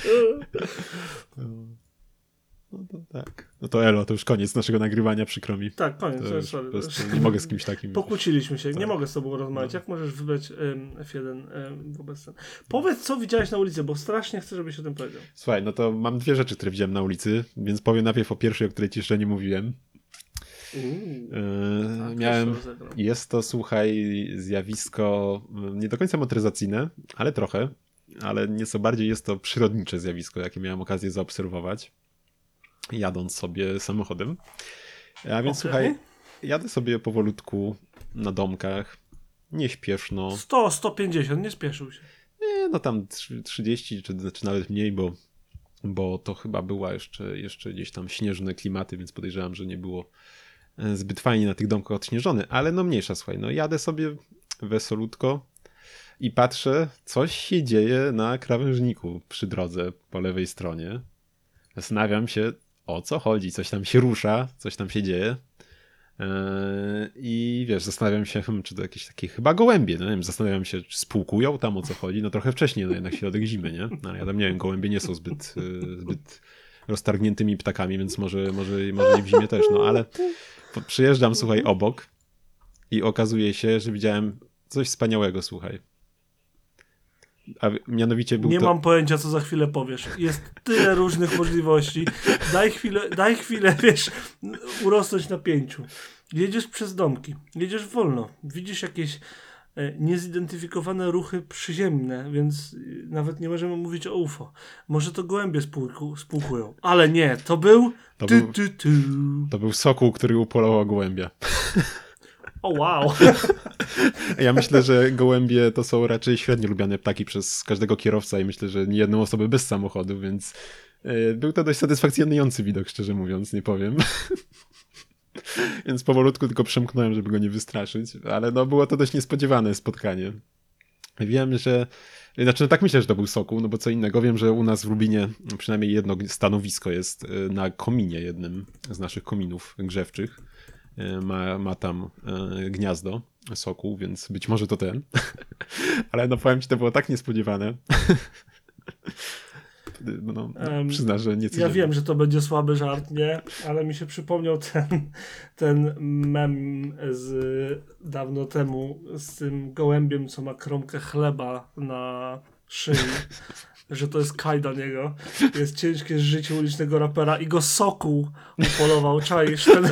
[SPEAKER 1] No to tak. No to elo, to już koniec naszego nagrywania, przykro mi.
[SPEAKER 2] Tak, koniec,
[SPEAKER 1] to
[SPEAKER 2] to jest sorry.
[SPEAKER 1] Nie mogę z kimś takim.
[SPEAKER 2] Pokłóciliśmy się,
[SPEAKER 1] tak.
[SPEAKER 2] nie mogę z tobą rozmawiać. No. Jak możesz wybrać um, F jeden um, wobec ten? Powiedz, co widziałeś na ulicy, bo strasznie chcę, żebyś o tym powiedział.
[SPEAKER 1] Słuchaj, no to mam dwie rzeczy, które widziałem na ulicy, więc powiem najpierw o pierwszej, o której ci jeszcze nie mówiłem.
[SPEAKER 2] Uuu,
[SPEAKER 1] yy,
[SPEAKER 2] tak,
[SPEAKER 1] miałem, jest to, słuchaj, zjawisko nie do końca motoryzacyjne, ale trochę, ale nieco bardziej jest to przyrodnicze zjawisko, jakie miałem okazję zaobserwować, jadąc sobie samochodem. A więc okay. Słuchaj, jadę sobie powolutku na domkach, nieśpieszno.
[SPEAKER 2] sto, sto pięćdziesiąt, nie spieszył się.
[SPEAKER 1] Nie, no tam trzydzieści, czy, czy nawet mniej, bo, bo to chyba była jeszcze, jeszcze gdzieś tam śnieżne klimaty, więc podejrzewam, że nie było zbyt fajnie na tych domkach odśnieżony, ale no mniejsza, słuchaj, no jadę sobie wesolutko i patrzę, coś się dzieje na krawężniku przy drodze po lewej stronie. Zastanawiam się, o co chodzi, coś tam się rusza, coś tam się dzieje yy, i wiesz, zastanawiam się, hmm, czy to jakieś takie chyba gołębie, no nie wiem, zastanawiam się, czy spółkują tam, o co chodzi, no trochę wcześniej, no jednak środek zimy, nie? No ja tam nie wiem, gołębie nie są zbyt, yy, zbyt roztargniętymi ptakami, więc może, może, może i w zimie też, no ale przyjeżdżam, słuchaj, obok i okazuje się, że widziałem coś wspaniałego, słuchaj. a mianowicie był
[SPEAKER 2] Nie
[SPEAKER 1] to...
[SPEAKER 2] mam pojęcia, co za chwilę powiesz. Jest tyle różnych możliwości. Daj chwilę, daj chwilę, wiesz, urosnąć na pięciu. Jedziesz przez domki, jedziesz wolno, widzisz jakieś e, niezidentyfikowane ruchy przyziemne, więc e, nawet nie możemy mówić o U F O. Może to gołębie spółku, spółkują. Ale nie, to był...
[SPEAKER 1] To
[SPEAKER 2] Tu,
[SPEAKER 1] był-
[SPEAKER 2] tu, tu.
[SPEAKER 1] To był sokół, który upolował gołębia.
[SPEAKER 2] O wow.
[SPEAKER 1] Ja myślę, że gołębie to są raczej średnio lubiane ptaki przez każdego kierowca i myślę, że nie jedną osobę bez samochodu, więc e, był to dość satysfakcjonujący widok, szczerze mówiąc, nie powiem. Więc powolutku tylko przemknąłem, żeby go nie wystraszyć, ale no było to dość niespodziewane spotkanie. Wiem, że... Znaczy, no tak myślę, że to był sokół, no bo co innego. Wiem, że u nas w Lublinie przynajmniej jedno stanowisko jest e, na kominie, jednym z naszych kominów grzewczych. E, Ma, ma tam e, gniazdo sokół, więc być może to ten. Ale no powiem ci, to było tak niespodziewane. No,
[SPEAKER 2] Em,
[SPEAKER 1] przyznasz, że nie
[SPEAKER 2] Ja
[SPEAKER 1] codziennie.
[SPEAKER 2] wiem, że to będzie słaby żart, nie? Ale mi się przypomniał ten, ten mem z dawno temu z tym gołębiem, co ma kromkę chleba na szyi. Że to jest kajdan jego. Jest ciężkie życie ulicznego rapera i go sokół upolował. Czaisz ten...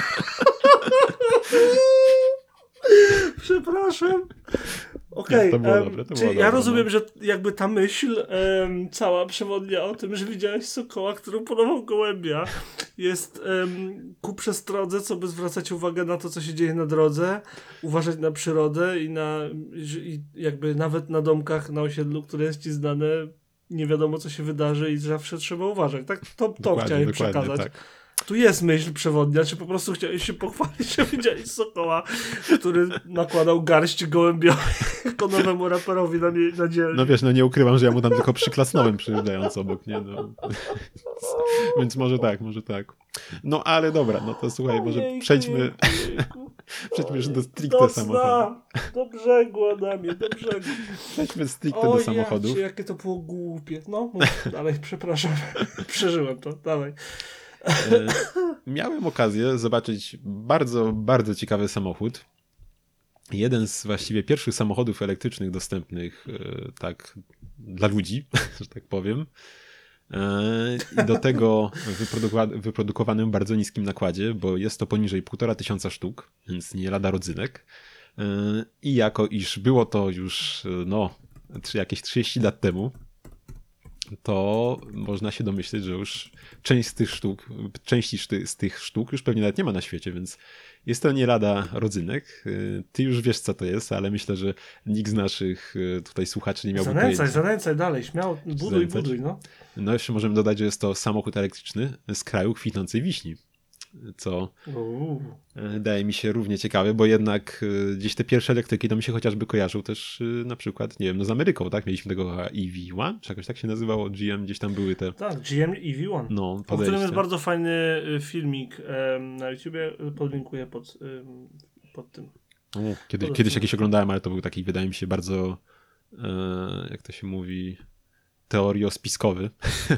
[SPEAKER 2] Przepraszam. Okej,
[SPEAKER 1] to było
[SPEAKER 2] em,
[SPEAKER 1] dobre, to
[SPEAKER 2] czyli
[SPEAKER 1] było
[SPEAKER 2] ja
[SPEAKER 1] dobre,
[SPEAKER 2] rozumiem,
[SPEAKER 1] no.
[SPEAKER 2] że jakby ta myśl em, cała przewodnia o tym, że widziałeś sokoła, który upolował gołębia, jest em, ku przestrodze, co by zwracać uwagę na to, co się dzieje na drodze, uważać na przyrodę i na że- i jakby nawet na domkach na osiedlu, które jest ci znane, nie wiadomo, co się wydarzy i zawsze trzeba uważać. Tak, to, to
[SPEAKER 1] Dokładnie,
[SPEAKER 2] chciałem
[SPEAKER 1] dokładnie,
[SPEAKER 2] przekazać.
[SPEAKER 1] tak.
[SPEAKER 2] Tu jest myśl przewodnia, czy po prostu chciałeś się pochwalić, że widziałeś sokoła, który nakładał garść gołębiowych jako nowemu raperowi na, nie, na dzielni.
[SPEAKER 1] No wiesz, no nie ukrywam, że ja mu tam tylko przyklasnąłem przyjeżdżając obok, nie? No. Więc może tak, może tak. No ale dobra, no to słuchaj, może
[SPEAKER 2] Ojejku,
[SPEAKER 1] przejdźmy,
[SPEAKER 2] jejku, jejku.
[SPEAKER 1] przejdźmy już do stricte
[SPEAKER 2] Do
[SPEAKER 1] samochodu.
[SPEAKER 2] sna, do brzegu, Adamie, do brzegu.
[SPEAKER 1] Przejdźmy stricte
[SPEAKER 2] O
[SPEAKER 1] do samochodów.
[SPEAKER 2] jacie, jakie to było głupie. No, mów dalej, przepraszam. Przeżyłem to, dawaj.
[SPEAKER 1] E, Miałem okazję zobaczyć bardzo, bardzo ciekawy samochód. Jeden z właściwie pierwszych samochodów elektrycznych dostępnych e, tak dla ludzi, że tak powiem. E, I do tego wyprodukowa- wyprodukowanym w bardzo niskim nakładzie, bo jest to poniżej półtora tysiąca sztuk, więc nie lada rodzynek. E, I jako iż było to już e, no, trzy- jakieś trzydzieści lat temu, to można się domyśleć, że już część z tych sztuk, części szty- z tych sztuk już pewnie nawet nie ma na świecie, więc jest to nie lada rodzynek. Y, Ty już wiesz, co to jest, ale myślę, że nikt z naszych y, tutaj słuchaczy nie miałby
[SPEAKER 2] Zanęcaj,
[SPEAKER 1] pojęcia.
[SPEAKER 2] zanęcaj dalej, śmiało, buduj,
[SPEAKER 1] Zanęcać?
[SPEAKER 2] buduj, no.
[SPEAKER 1] No jeszcze możemy dodać, że jest to samochód elektryczny z kraju kwitnącej wiśni, co
[SPEAKER 2] Uuu.
[SPEAKER 1] y, daje mi się równie ciekawe, bo jednak y, gdzieś te pierwsze elektryki to mi się chociażby kojarzą też y, na przykład, nie wiem, no z Ameryką, tak? Mieliśmy tego E V jeden, czy jakoś tak się nazywało, G M, gdzieś tam były te,
[SPEAKER 2] Tak, G M E V jeden.
[SPEAKER 1] no,
[SPEAKER 2] O którym
[SPEAKER 1] podejścia.
[SPEAKER 2] jest bardzo fajny y, filmik em, na YouTubie, y, podlinkuję pod, ym, pod tym.
[SPEAKER 1] O, kiedy,
[SPEAKER 2] Polecam.
[SPEAKER 1] kiedyś jakiś oglądałem, ale to był taki, wydaje mi się, bardzo, e, jak to się mówi, teoriospiskowy.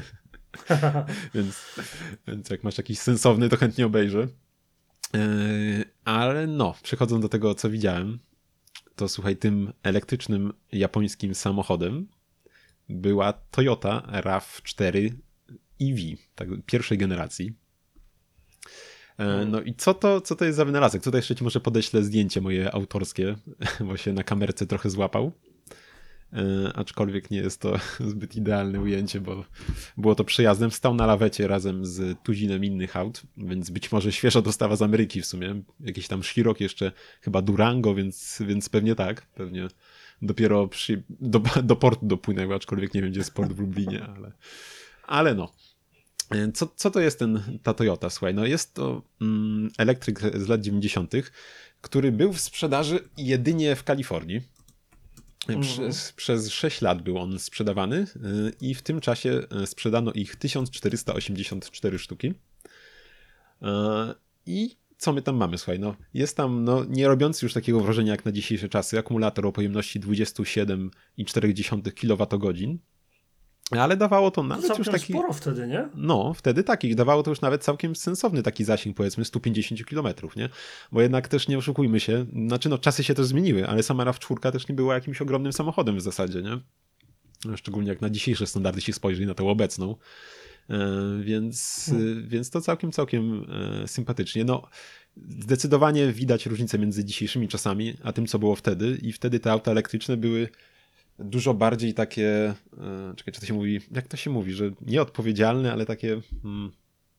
[SPEAKER 1] więc, więc jak masz jakiś sensowny, to chętnie obejrzę. E, ale no, przechodząc do tego, co widziałem, to słuchaj, tym elektrycznym japońskim samochodem była Toyota RAV cztery E V, tak, pierwszej generacji. E, No i co to, co to jest za wynalazek? Tutaj jeszcze ci może podeślę zdjęcie moje autorskie, bo się na kamerce trochę złapał. E, aczkolwiek nie jest to zbyt idealne ujęcie, bo było to przejazdem. Wstał na lawecie razem z tuzinem innych aut, więc być może świeża dostawa z Ameryki w sumie. Jakiś tam Scirocco, jeszcze chyba Durango, więc, więc pewnie tak. Pewnie dopiero przy, do, do portu dopłynęły, aczkolwiek nie wiem, gdzie jest port w Lublinie, ale, ale no. Co, co to jest ten, ta Toyota? Słuchaj, no jest to mm, elektryk z lat dziewięćdziesiątych, który był w sprzedaży jedynie w Kalifornii. Przez, przez sześć lat był on sprzedawany y, i w tym czasie y, sprzedano ich tysiąc czterysta osiemdziesiąt cztery sztuki. Y, I co my tam mamy? Słuchaj, no jest tam, no nie robiący już takiego wrażenia jak na dzisiejsze czasy, akumulator o pojemności dwadzieścia siedem przecinek cztery kilowatogodzin. Ale dawało to
[SPEAKER 2] To
[SPEAKER 1] nawet już
[SPEAKER 2] całkiem
[SPEAKER 1] taki...
[SPEAKER 2] sporo wtedy, nie?
[SPEAKER 1] No, wtedy taki. Dawało to już nawet całkiem sensowny taki zasięg, powiedzmy sto pięćdziesiąt kilometrów, nie? Bo jednak też nie oszukujmy się, znaczy no czasy się też zmieniły, ale sama RAV cztery też nie była jakimś ogromnym samochodem w zasadzie, nie? szczególnie jak na dzisiejsze standardy się spojrzy, na tę obecną. Więc, hmm. więc to całkiem, całkiem sympatycznie. No, zdecydowanie widać różnicę między dzisiejszymi czasami, a tym, co było wtedy. I wtedy te auta elektryczne były dużo bardziej takie, czekaj, czy to się mówi, jak to się mówi, że nieodpowiedzialne, ale takie, hmm,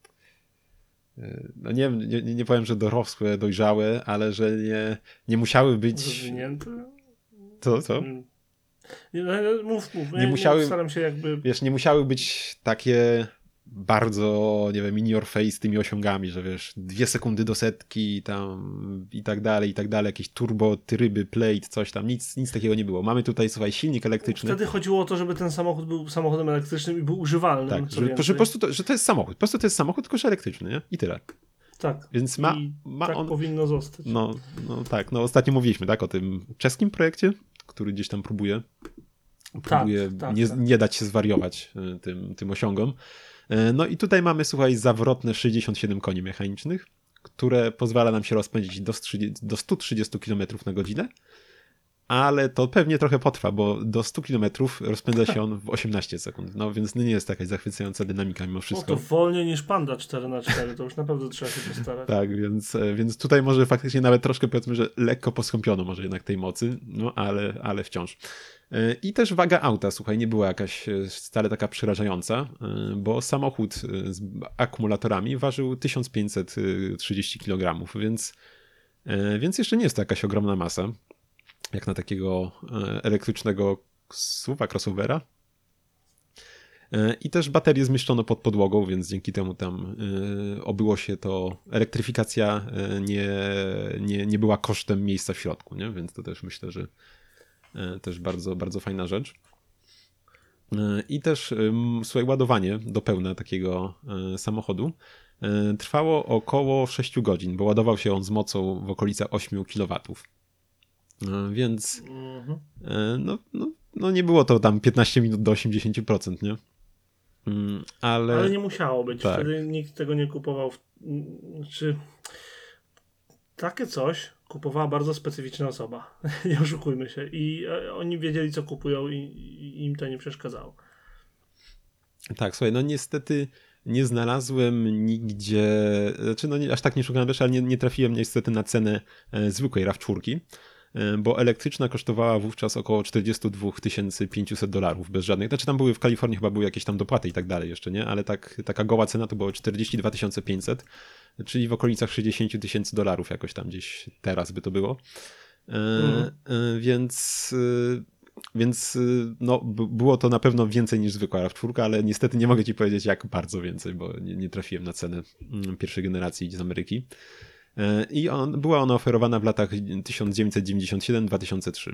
[SPEAKER 1] no nie, nie, nie powiem, że dorosłe, dojrzałe, ale że nie, nie musiały być...
[SPEAKER 2] Rozwinięte?
[SPEAKER 1] Co, co?
[SPEAKER 2] Nie, no, mów, mów.
[SPEAKER 1] Nie
[SPEAKER 2] ja
[SPEAKER 1] musiały,
[SPEAKER 2] staram się jakby...
[SPEAKER 1] Wiesz, nie musiały być takie bardzo, nie wiem, in your face z tymi osiągami, że wiesz, dwie sekundy do setki tam i tak dalej, i tak dalej, jakieś turbo, tryby, plate, coś tam, nic, nic takiego nie było. Mamy tutaj, słuchaj, silnik elektryczny.
[SPEAKER 2] Wtedy chodziło o to, żeby ten samochód był samochodem elektrycznym i był używalnym.
[SPEAKER 1] Tak, że, że po prostu to, że to jest samochód, po prostu to jest samochód, tylko że elektryczny, nie? I tyle.
[SPEAKER 2] Tak.
[SPEAKER 1] Więc ma,
[SPEAKER 2] I
[SPEAKER 1] ma
[SPEAKER 2] tak
[SPEAKER 1] on...
[SPEAKER 2] powinno zostać.
[SPEAKER 1] No, no tak, no ostatnio mówiliśmy, tak, o tym czeskim projekcie, który gdzieś tam próbuje, próbuje
[SPEAKER 2] tak, tak,
[SPEAKER 1] nie,
[SPEAKER 2] tak.
[SPEAKER 1] nie dać się zwariować tym, tym osiągom. No i tutaj mamy, słuchaj, zawrotne sześćdziesiąt siedem koni mechanicznych, które pozwala nam się rozpędzić do, do stu trzydziestu kilometrów na godzinę, ale to pewnie trochę potrwa, bo do stu kilometrów rozpędza się on w osiemnaście sekund, no więc nie jest jakaś zachwycająca dynamika mimo wszystko.
[SPEAKER 2] No to wolniej niż Panda cztery na cztery, to już naprawdę trzeba się postarać.
[SPEAKER 1] Tak, więc, więc tutaj może faktycznie nawet troszkę, powiedzmy, że lekko poskąpiono może jednak tej mocy, no ale, ale wciąż. I też waga auta, słuchaj, nie była jakaś wcale taka przerażająca, bo samochód z akumulatorami ważył tysiąc pięćset trzydzieści kilogramów, więc, więc jeszcze nie jest to jakaś ogromna masa, jak na takiego elektrycznego suwa, crossovera. I też baterię zmieszczono pod podłogą, więc dzięki temu tam obyło się to, elektryfikacja nie, nie, nie była kosztem miejsca w środku, nie? Więc to też myślę, że też bardzo, bardzo fajna rzecz. I też, słuchaj, ładowanie do pełna takiego samochodu trwało około sześć godzin, bo ładował się on z mocą w okolicach osiem kilowatów. Więc no, no, no nie było to tam piętnaście minut do osiemdziesiąt procent, nie? Ale,
[SPEAKER 2] Ale nie musiało być.
[SPEAKER 1] Tak.
[SPEAKER 2] Wtedy nikt tego nie kupował. W... Czy takie coś kupowała bardzo specyficzna osoba. Nie oszukujmy się. I oni wiedzieli, co kupują i, i im to nie przeszkadzało.
[SPEAKER 1] Tak, słuchaj, no niestety nie znalazłem nigdzie, znaczy no nie, aż tak nie szukałem też, ale nie, nie trafiłem niestety na cenę e, zwykłej raw cztery, e, bo elektryczna kosztowała wówczas około czterdzieści dwa tysiące pięćset dolarów bez żadnych, znaczy tam były w Kalifornii chyba były jakieś tam dopłaty i tak dalej jeszcze, nie? Ale tak, taka goła cena to było czterdzieści dwa tysiące pięćset, czyli w okolicach sześćdziesiąt tysięcy dolarów jakoś tam gdzieś teraz by to było. E,
[SPEAKER 2] Mhm.
[SPEAKER 1] e, więc... E, Więc no, było to na pewno więcej niż zwykła raw cztery, ale niestety nie mogę ci powiedzieć jak bardzo więcej, bo nie, nie trafiłem na cenę pierwszej generacji z Ameryki. I on, była ona oferowana w latach tysiąc dziewięćset dziewięćdziesiąt siedem do dwa tysiące trzech.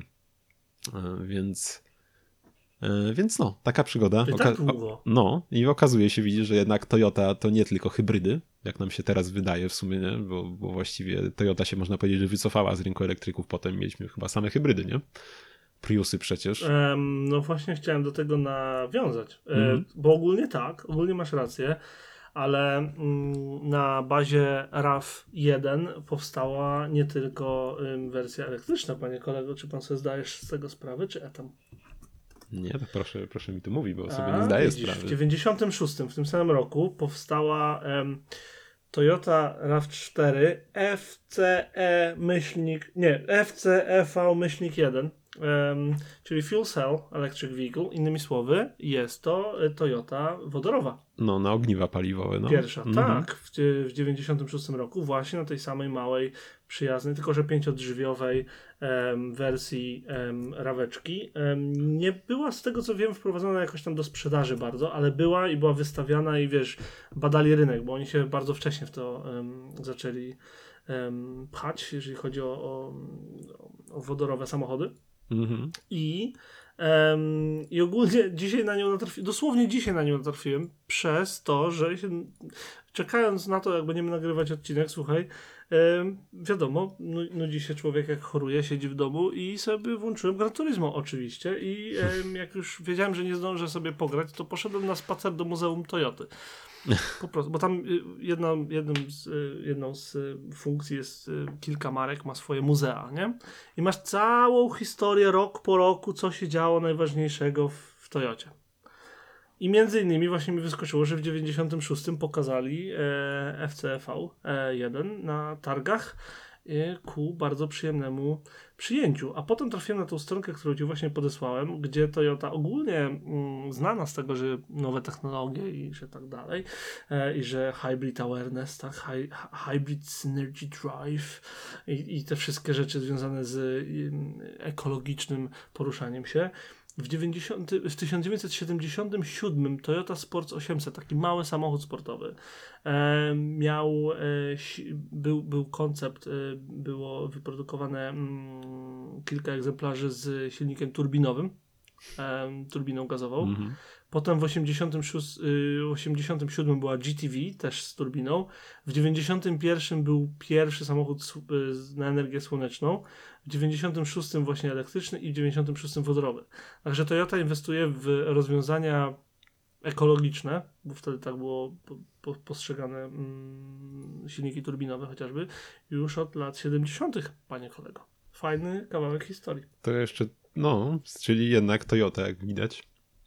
[SPEAKER 1] Więc, więc no, taka przygoda.
[SPEAKER 2] I
[SPEAKER 1] Oka-
[SPEAKER 2] tak długo.
[SPEAKER 1] No i okazuje się, widzisz, że jednak Toyota to nie tylko hybrydy, jak nam się teraz wydaje w sumie, nie? Bo, bo właściwie Toyota się można powiedzieć, że wycofała z rynku elektryków, potem mieliśmy chyba same hybrydy, nie? Priusy przecież.
[SPEAKER 2] Um, no właśnie chciałem do tego nawiązać,
[SPEAKER 1] Mhm.
[SPEAKER 2] e, bo ogólnie tak, ogólnie masz rację, ale mm, na bazie raw jeden powstała nie tylko ym, wersja elektryczna, panie kolego, czy pan sobie zdajesz z tego sprawę, czy etam?
[SPEAKER 1] Nie, to proszę, proszę mi tu mówić, bo sobie
[SPEAKER 2] A,
[SPEAKER 1] nie zdaję
[SPEAKER 2] widzisz,
[SPEAKER 1] sprawy.
[SPEAKER 2] W dziewięćdziesiątym szóstym, w tym samym roku, powstała em, Toyota raw cztery F C E myślnik, nie, F C E V myślnik jeden, em, czyli Fuel Cell Electric Vehicle, innymi słowy, jest to y, Toyota wodorowa.
[SPEAKER 1] No, na ogniwa paliwowe, no.
[SPEAKER 2] Pierwsza,
[SPEAKER 1] Mhm.
[SPEAKER 2] tak, w, dzie- w dziewięćdziesiątym szóstym roku, właśnie na tej samej małej, przyjaznej, tylko że pięciodrzwiowej em, wersji em, raweczki. Em, nie była, z tego co wiem, wprowadzona jakoś tam do sprzedaży bardzo, ale była i była wystawiana i wiesz, badali rynek, bo oni się bardzo wcześnie w to em, zaczęli em, pchać, jeżeli chodzi o, o, o wodorowe samochody.
[SPEAKER 1] Mhm.
[SPEAKER 2] I, em, I ogólnie dzisiaj na nią natrafiłem, dosłownie dzisiaj na nią natrafiłem, przez to, że się, czekając na to, jak będziemy nagrywać odcinek, słuchaj, em, wiadomo, nu- nudzi się człowiek, jak choruje, siedzi w domu i sobie włączyłem Gran Turismo oczywiście i em, jak już wiedziałem, że nie zdążę sobie pograć, to poszedłem na spacer do Muzeum Toyoty. Po prostu, bo tam y, jedna, jednym z, y, jedną z y, funkcji jest y, kilka marek, ma swoje muzea, nie? I masz całą historię rok po roku, co się działo najważniejszego w, w Toyocie. I między innymi właśnie mi wyskoczyło, że w dziewięćdziesiątym szóstym pokazali e, F C V jeden na targach e, ku bardzo przyjemnemu przyjęciu. A potem trafiłem na tą stronkę, którą ci właśnie podesłałem, gdzie Toyota ogólnie mm, znana z tego, że nowe technologie i że tak dalej, e, i że hybrid awareness, tak, Hy, hybrid synergy drive i, i te wszystkie rzeczy związane z y, ekologicznym poruszaniem się. W, dziewięćdziesiątym w tysiąc dziewięćset siedemdziesiątym siódmym Toyota Sports osiemset, taki mały samochód sportowy, e, miał, e, si, był, był koncept, e, było wyprodukowane mm, kilka egzemplarzy z silnikiem turbinowym, e, turbiną gazową.
[SPEAKER 1] Mhm.
[SPEAKER 2] Potem w osiemdziesiątym siódmym była G T V, też z turbiną. W dziewięćdziesiątym pierwszym był pierwszy samochód na energię słoneczną. W dziewięćdziesiątym szóstym właśnie elektryczny i w dziewięćdziesiątym szóstym wodorowy. Także Toyota inwestuje w rozwiązania ekologiczne, bo wtedy tak było po, po, postrzegane mm, silniki turbinowe chociażby, już od lat siedemdziesiątych, panie kolego. Fajny kawałek historii.
[SPEAKER 1] To jeszcze, no, czyli jednak Toyota, jak widać,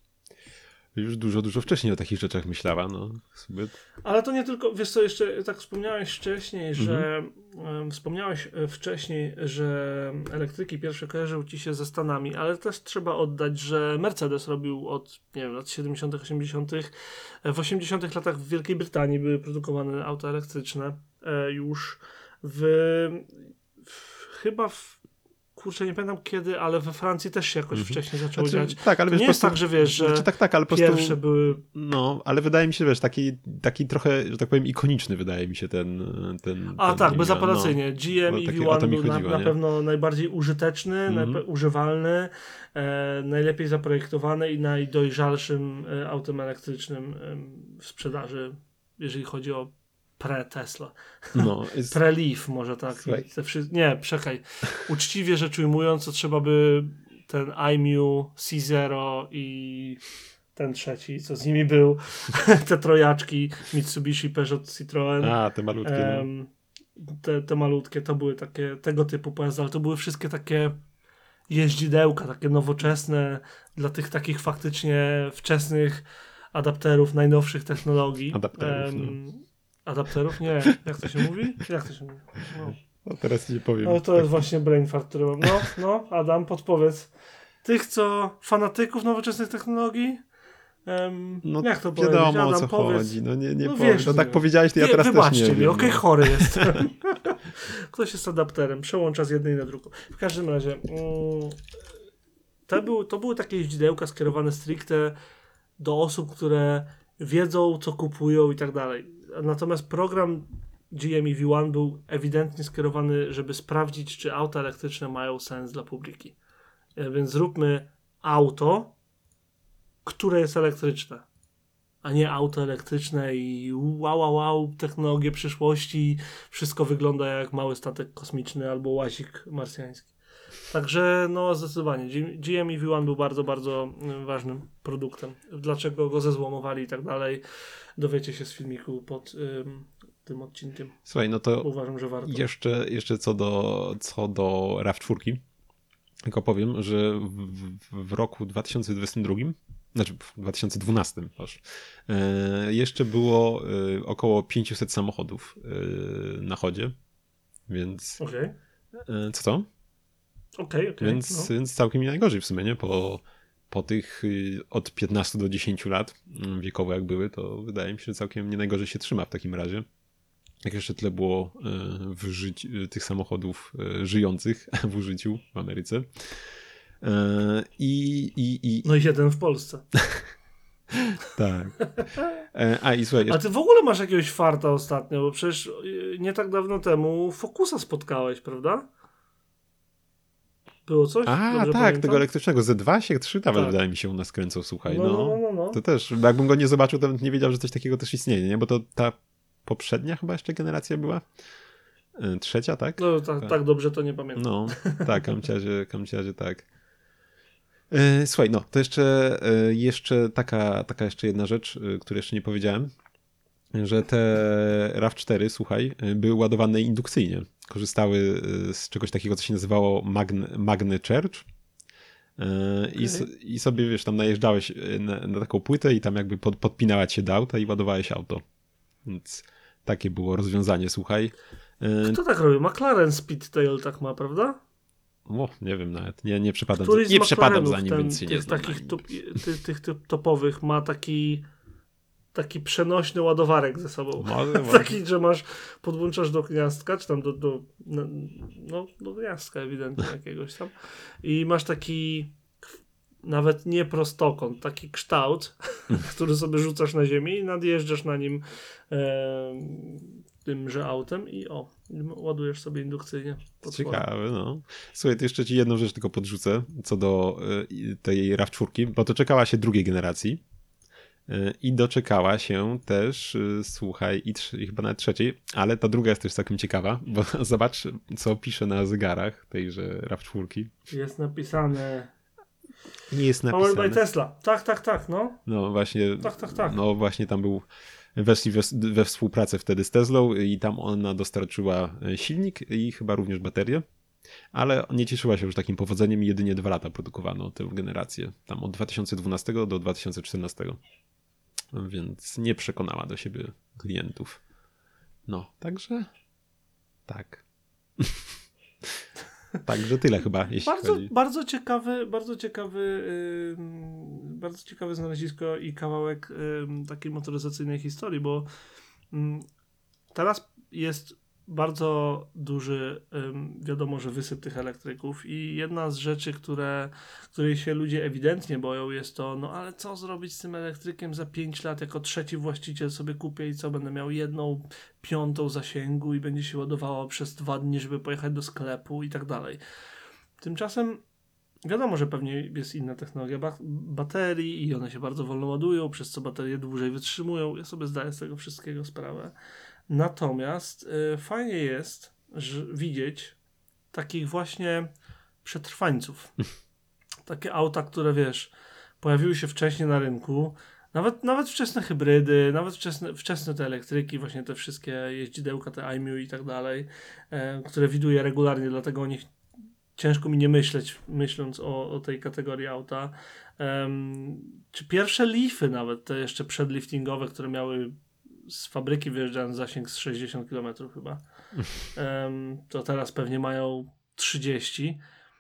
[SPEAKER 1] już dużo, dużo wcześniej o takich rzeczach myślała, no. Sobie...
[SPEAKER 2] Ale to nie tylko, wiesz co, jeszcze tak wspomniałeś wcześniej, że um, wspomniałeś wcześniej, że elektryki pierwsze kojarzył ci się ze Stanami, ale też trzeba oddać, że Mercedes robił od, nie wiem, lat siedemdziesiątych, osiemdziesiątych. W osiemdziesiątych latach w Wielkiej Brytanii były produkowane auta elektryczne e, już w, w chyba w kurczę, nie pamiętam kiedy, ale we Francji też się jakoś mm-hmm. wcześniej zaczęło
[SPEAKER 1] znaczy,
[SPEAKER 2] dziać.
[SPEAKER 1] Tak, ale
[SPEAKER 2] to
[SPEAKER 1] wiesz,
[SPEAKER 2] nie jest
[SPEAKER 1] prostu,
[SPEAKER 2] tak, że wiesz, że
[SPEAKER 1] znaczy, tak, tak, ale po
[SPEAKER 2] pierwsze
[SPEAKER 1] prostu,
[SPEAKER 2] były...
[SPEAKER 1] No, ale wydaje mi się, wiesz, taki, taki trochę, że tak powiem, ikoniczny wydaje mi się ten... ten
[SPEAKER 2] A
[SPEAKER 1] ten
[SPEAKER 2] tak,
[SPEAKER 1] G M,
[SPEAKER 2] bezapelacyjnie.
[SPEAKER 1] no,
[SPEAKER 2] G M
[SPEAKER 1] no,
[SPEAKER 2] E
[SPEAKER 1] takie,
[SPEAKER 2] V
[SPEAKER 1] o to
[SPEAKER 2] jeden
[SPEAKER 1] mi
[SPEAKER 2] był na,
[SPEAKER 1] chodziło,
[SPEAKER 2] na
[SPEAKER 1] nie?
[SPEAKER 2] pewno najbardziej użyteczny,
[SPEAKER 1] Mm-hmm.
[SPEAKER 2] najpe- używalny, e, najlepiej zaprojektowany i najdojrzalszym e, autem elektrycznym e, w sprzedaży, jeżeli chodzi o pre-Tesla.
[SPEAKER 1] No, jest...
[SPEAKER 2] Pre-Leaf może tak. Te wszy... Nie, czekaj. Uczciwie rzecz ujmując, to trzeba by ten I M U, C zero i ten trzeci, co z nimi był, te trojaczki, Mitsubishi, Peugeot, Citroën.
[SPEAKER 1] A, te malutkie.
[SPEAKER 2] Um, te, te malutkie, to były takie, tego typu pojazdy, ale to były wszystkie takie jeździdełka, takie nowoczesne, dla tych takich faktycznie wczesnych adapterów, najnowszych technologii.
[SPEAKER 1] Adapterów,
[SPEAKER 2] um,
[SPEAKER 1] no.
[SPEAKER 2] Adapterów? Nie. Jak to się mówi? Jak to się mówi? No.
[SPEAKER 1] No teraz nie powiem.
[SPEAKER 2] No to
[SPEAKER 1] tak.
[SPEAKER 2] jest właśnie brain fart, który mam. No, no, Adam, podpowiedz. Tych, co fanatyków nowoczesnych technologii? Um,
[SPEAKER 1] no,
[SPEAKER 2] jak to powiedzieć?
[SPEAKER 1] Wiadomo,
[SPEAKER 2] Adam,
[SPEAKER 1] o co
[SPEAKER 2] powiedz.
[SPEAKER 1] chodzi. No nie, nie
[SPEAKER 2] no
[SPEAKER 1] powiem.
[SPEAKER 2] wiesz,
[SPEAKER 1] No tak
[SPEAKER 2] nie.
[SPEAKER 1] powiedziałeś, to ja
[SPEAKER 2] Wie,
[SPEAKER 1] teraz też
[SPEAKER 2] wybaczcie
[SPEAKER 1] nie
[SPEAKER 2] mi,
[SPEAKER 1] wiem.
[SPEAKER 2] okej, okay,
[SPEAKER 1] no.
[SPEAKER 2] chory jestem. Ktoś jest adapterem, przełącza z jednej na drugą. W każdym razie mm, to, był, to były takie jeździdełka skierowane stricte do osób, które wiedzą, co kupują i tak dalej. Natomiast program G M E V jeden był ewidentnie skierowany, żeby sprawdzić, czy auta elektryczne mają sens dla publiki. Więc zróbmy auto, które jest elektryczne, a nie auto elektryczne i wow, wow, wow, technologie przyszłości, wszystko wygląda jak mały statek kosmiczny albo łazik marsjański. Także no zdecydowanie G M E V jeden był bardzo, bardzo ważnym produktem. Dlaczego go zezłomowali i tak dalej, dowiecie się z filmiku pod ym, tym odcinkiem.
[SPEAKER 1] Słuchaj, no to
[SPEAKER 2] uważam, że warto.
[SPEAKER 1] Jeszcze, jeszcze co do, co do RAV cztery, tylko powiem, że w, w, w roku dwa tysiące dwudziestym drugim, znaczy w dwa tysiące dwunastym aż, e, jeszcze było e, około pięćset samochodów e, na chodzie, więc
[SPEAKER 2] Okej.
[SPEAKER 1] e, co to?
[SPEAKER 2] Okej, okej.
[SPEAKER 1] Więc,
[SPEAKER 2] no.
[SPEAKER 1] więc całkiem nie najgorzej w sumie, nie? Po, po tych y, od piętnastu do dziesięciu lat y, wiekowo jak były, to wydaje mi się, że całkiem nie najgorzej się trzyma w takim razie. Jak jeszcze tyle było y, w życi- y, tych samochodów y, żyjących w użyciu w Ameryce. Y, I, i, i,
[SPEAKER 2] No i jeden w Polsce.
[SPEAKER 1] tak. E, a i słuchaj,
[SPEAKER 2] A ty w ogóle masz jakiegoś farta ostatnio, bo przecież y, nie tak dawno temu Focusa spotkałeś, prawda? Było coś?
[SPEAKER 1] A,
[SPEAKER 2] Dobrze
[SPEAKER 1] tak,
[SPEAKER 2] pamiętam?
[SPEAKER 1] tego elektrycznego Z dwa się trzy nawet
[SPEAKER 2] Tak.
[SPEAKER 1] wydaje mi się u nas kręcą, słuchaj.
[SPEAKER 2] No,
[SPEAKER 1] No,
[SPEAKER 2] no, no, no, no.
[SPEAKER 1] To też, bo jakbym go nie zobaczył, to bym nie wiedział, że coś takiego też istnieje, nie? Bo to ta poprzednia chyba jeszcze generacja była? E, Trzecia, tak?
[SPEAKER 2] No tak,
[SPEAKER 1] Tak.
[SPEAKER 2] tak dobrze to nie pamiętam.
[SPEAKER 1] No, tak, kamciarze, kamciarze, tak. E, słuchaj, no, to jeszcze, e, jeszcze taka, taka jeszcze jedna rzecz, e, której jeszcze nie powiedziałem, że te RAV cztery, słuchaj, e, były ładowane indukcyjnie. Korzystały e, z czegoś takiego, co się nazywało Magn, Magny Charge. I,
[SPEAKER 2] Okay.
[SPEAKER 1] I sobie, wiesz, tam najeżdżałeś na, na taką płytę i tam jakby pod, podpinała się do auta i ładowałeś auto. Więc takie było rozwiązanie, słuchaj.
[SPEAKER 2] Kto tak robi? McLaren Speedtail tak ma, prawda?
[SPEAKER 1] O, nie wiem nawet, nie, nie przepadam,
[SPEAKER 2] Któryś z
[SPEAKER 1] nie przepadam
[SPEAKER 2] McLarenów,
[SPEAKER 1] za nim,
[SPEAKER 2] ten,
[SPEAKER 1] więc się nie
[SPEAKER 2] tych
[SPEAKER 1] znam
[SPEAKER 2] takich
[SPEAKER 1] na nim.
[SPEAKER 2] top, tych, tych, tych topowych ma taki taki przenośny ładowarek ze sobą.
[SPEAKER 1] Może, może.
[SPEAKER 2] Taki, że masz, podłączasz do gniazdka, czy tam do, do no, no do gniazdka ewidentnie jakiegoś tam i masz taki nawet nie prostokąt, taki kształt, który sobie rzucasz na ziemię i nadjeżdżasz na nim e, tymże autem i o, ładujesz sobie indukcyjnie.
[SPEAKER 1] Ciekawe, no. Słuchaj, to jeszcze ci jedną rzecz tylko podrzucę, co do y, tej RAV cztery, bo to czekała się drugiej generacji y, i doczekała się też, y, słuchaj, i, tr- i chyba nawet trzeciej, ale ta druga jest też całkiem ciekawa, bo zobacz, co pisze na zegarach tejże RAV cztery.
[SPEAKER 2] Jest napisane
[SPEAKER 1] Nie jest
[SPEAKER 2] Powered
[SPEAKER 1] napisane.
[SPEAKER 2] by Tesla. Tak, tak, tak, no.
[SPEAKER 1] No właśnie,
[SPEAKER 2] Tak, tak, tak.
[SPEAKER 1] no właśnie tam był, weszli we, we współpracę wtedy z Teslą i tam ona dostarczyła silnik i chyba również baterię, ale nie cieszyła się już takim powodzeniem i jedynie dwa lata produkowano tę generację, tam od dwa tysiące dwunastego do dwa tysiące czternastego, więc nie przekonała do siebie klientów. No, także tak. Także tyle chyba, jeśli
[SPEAKER 2] Bardzo,
[SPEAKER 1] chodzi.
[SPEAKER 2] bardzo ciekawy, bardzo ciekawy, yy, bardzo ciekawe znalezisko i kawałek yy, takiej motoryzacyjnej historii, bo yy, teraz jest bardzo duży, yy, wiadomo, że wysyp tych elektryków i jedna z rzeczy, które, której się ludzie ewidentnie boją, jest to, no ale co zrobić z tym elektrykiem za pięć lat, jako trzeci właściciel sobie kupię i co, będę miał jedną piątą zasięgu i będzie się ładowało przez dwa dni, żeby pojechać do sklepu i tak dalej. Tymczasem wiadomo, że pewnie jest inna technologia ba- baterii i one się bardzo wolno ładują, przez co baterie dłużej wytrzymują. Ja sobie zdaję z tego wszystkiego sprawę. Natomiast y, fajnie jest że widzieć takich właśnie przetrwańców. Takie auta, które wiesz, pojawiły się wcześniej na rynku, nawet, nawet wczesne hybrydy, nawet wczesne, wczesne te elektryki, właśnie te wszystkie jeździdełka, te I M U i tak dalej, e, które widuję regularnie, dlatego o nich ciężko mi nie myśleć, myśląc o, o tej kategorii auta. Um, czy pierwsze Leafy nawet, te jeszcze przedliftingowe, które miały z fabryki wyjeżdżając zasięg z sześćdziesiąt kilometrów chyba, um, to teraz pewnie mają trzydzieści.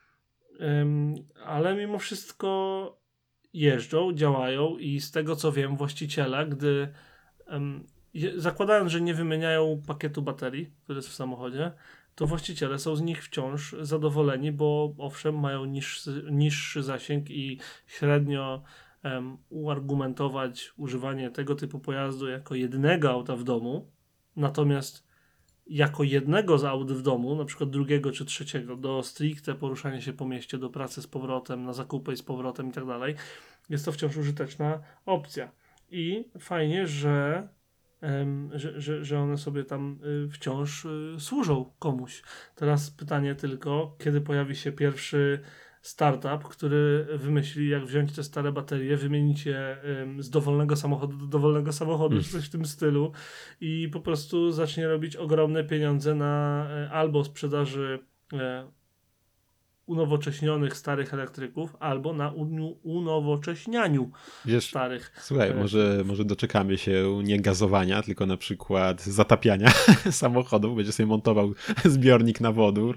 [SPEAKER 2] Um, ale mimo wszystko jeżdżą, działają i z tego co wiem, właściciele, gdy um, je, zakładając, że nie wymieniają pakietu baterii, który jest w samochodzie, to właściciele są z nich wciąż zadowoleni, bo owszem, mają niższy, niższy zasięg i średnio um, uargumentować używanie tego typu pojazdu jako jednego auta w domu, natomiast jako jednego z aut w domu, na przykład drugiego czy trzeciego, do stricte poruszania się po mieście, do pracy z powrotem, na zakupy z powrotem i tak dalej, jest to wciąż użyteczna opcja. I fajnie, że Um, że, że, że one sobie tam y, wciąż y, służą komuś. Teraz pytanie tylko, kiedy pojawi się pierwszy startup, który wymyśli, jak wziąć te stare baterie, wymienić je um, z dowolnego samochodu do dowolnego samochodu,
[SPEAKER 1] Mm.
[SPEAKER 2] czy coś w tym stylu i po prostu zacznie robić ogromne pieniądze na e, albo sprzedaży e, unowocześnionych starych elektryków, albo na unu- unowocześnianiu
[SPEAKER 1] Wiesz,
[SPEAKER 2] starych.
[SPEAKER 1] słuchaj, może, może doczekamy się nie gazowania, tylko na przykład zatapiania samochodów. Będzie sobie montował zbiornik na wodór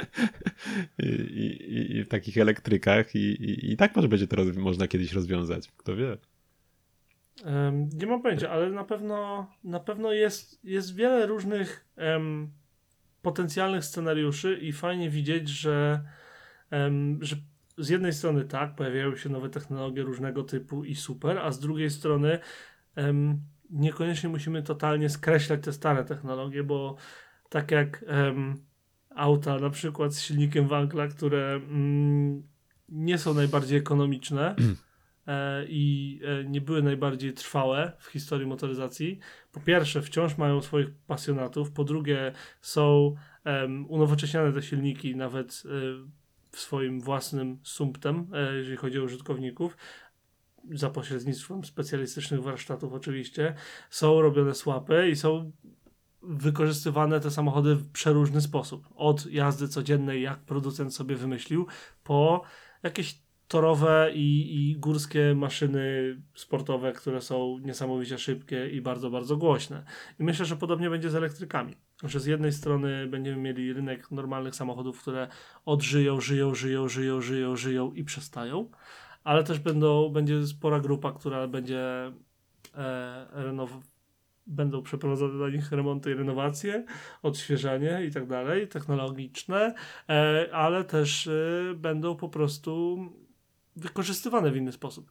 [SPEAKER 1] i, i, i w takich elektrykach i, i, i tak może będzie to roz, można kiedyś rozwiązać. Kto wie?
[SPEAKER 2] Um, nie mam pojęcia, ale na pewno na pewno jest, jest wiele różnych um, potencjalnych scenariuszy i fajnie widzieć, że, um, że z jednej strony tak, pojawiają się nowe technologie różnego typu i super, a z drugiej strony um, niekoniecznie musimy totalnie skreślać te stare technologie, bo tak jak um, auta na przykład z silnikiem Wankla, które mm, nie są najbardziej ekonomiczne e, i e, nie były najbardziej trwałe w historii motoryzacji. Po pierwsze, wciąż mają swoich pasjonatów, po drugie, są um, unowocześniane te silniki nawet e, w swoim własnym sumptem, e, jeżeli chodzi o użytkowników, za pośrednictwem specjalistycznych warsztatów oczywiście. Są robione swapy i są wykorzystywane te samochody w przeróżny sposób. Od jazdy codziennej, jak producent sobie wymyślił, po jakieś torowe i, i górskie maszyny sportowe, które są niesamowicie szybkie i bardzo, bardzo głośne. I myślę, że podobnie będzie z elektrykami. Że z jednej strony będziemy mieli rynek normalnych samochodów, które odżyją, żyją, żyją, żyją, żyją, żyją i przestają, ale też będą, będzie spora grupa, która będzie e, renow- będą przeprowadzane dla nich remonty i renowacje, odświeżanie i tak dalej, technologiczne, e, ale też e, będą po prostu wykorzystywane w inny sposób.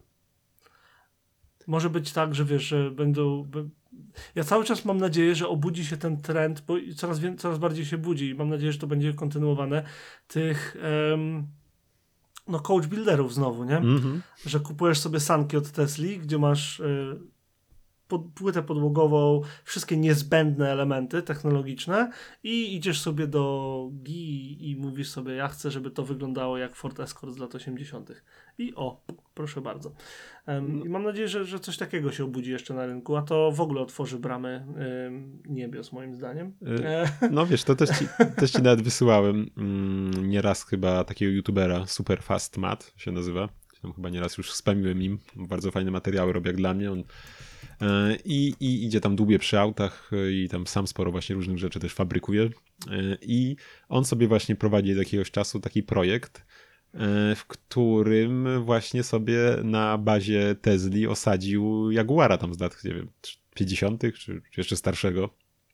[SPEAKER 2] Może być tak, że wiesz, że będą... By... Ja cały czas mam nadzieję, że obudzi się ten trend, bo coraz, wię- coraz bardziej się budzi i mam nadzieję, że to będzie kontynuowane, tych em, no coach builderów znowu, nie?
[SPEAKER 1] Mhm.
[SPEAKER 2] Że kupujesz sobie sanki od Tesli, gdzie masz y, pod, płytę podłogową, wszystkie niezbędne elementy technologiczne i idziesz sobie do G I i mówisz sobie, ja chcę, żeby to wyglądało jak Ford Escort z lat osiemdziesiątych. I o, proszę bardzo. Um, I mam nadzieję, że, że coś takiego się obudzi jeszcze na rynku, a to w ogóle otworzy bramy ym, niebios moim zdaniem.
[SPEAKER 1] E, No wiesz, to też ci, też ci nawet wysyłałem mm, nieraz chyba takiego youtubera, Super Fast Matt się nazywa. Tam chyba nieraz już spamiłem im. Bardzo fajne materiały robi jak dla mnie. On, e, i, I idzie tam dłubie przy autach e, i tam sam sporo właśnie różnych rzeczy też fabrykuje. E, I on sobie właśnie prowadzi od jakiegoś czasu taki projekt, w którym właśnie sobie na bazie Tesli osadził Jaguara tam z lat, nie wiem, pięćdziesiątych czy, czy jeszcze starszego.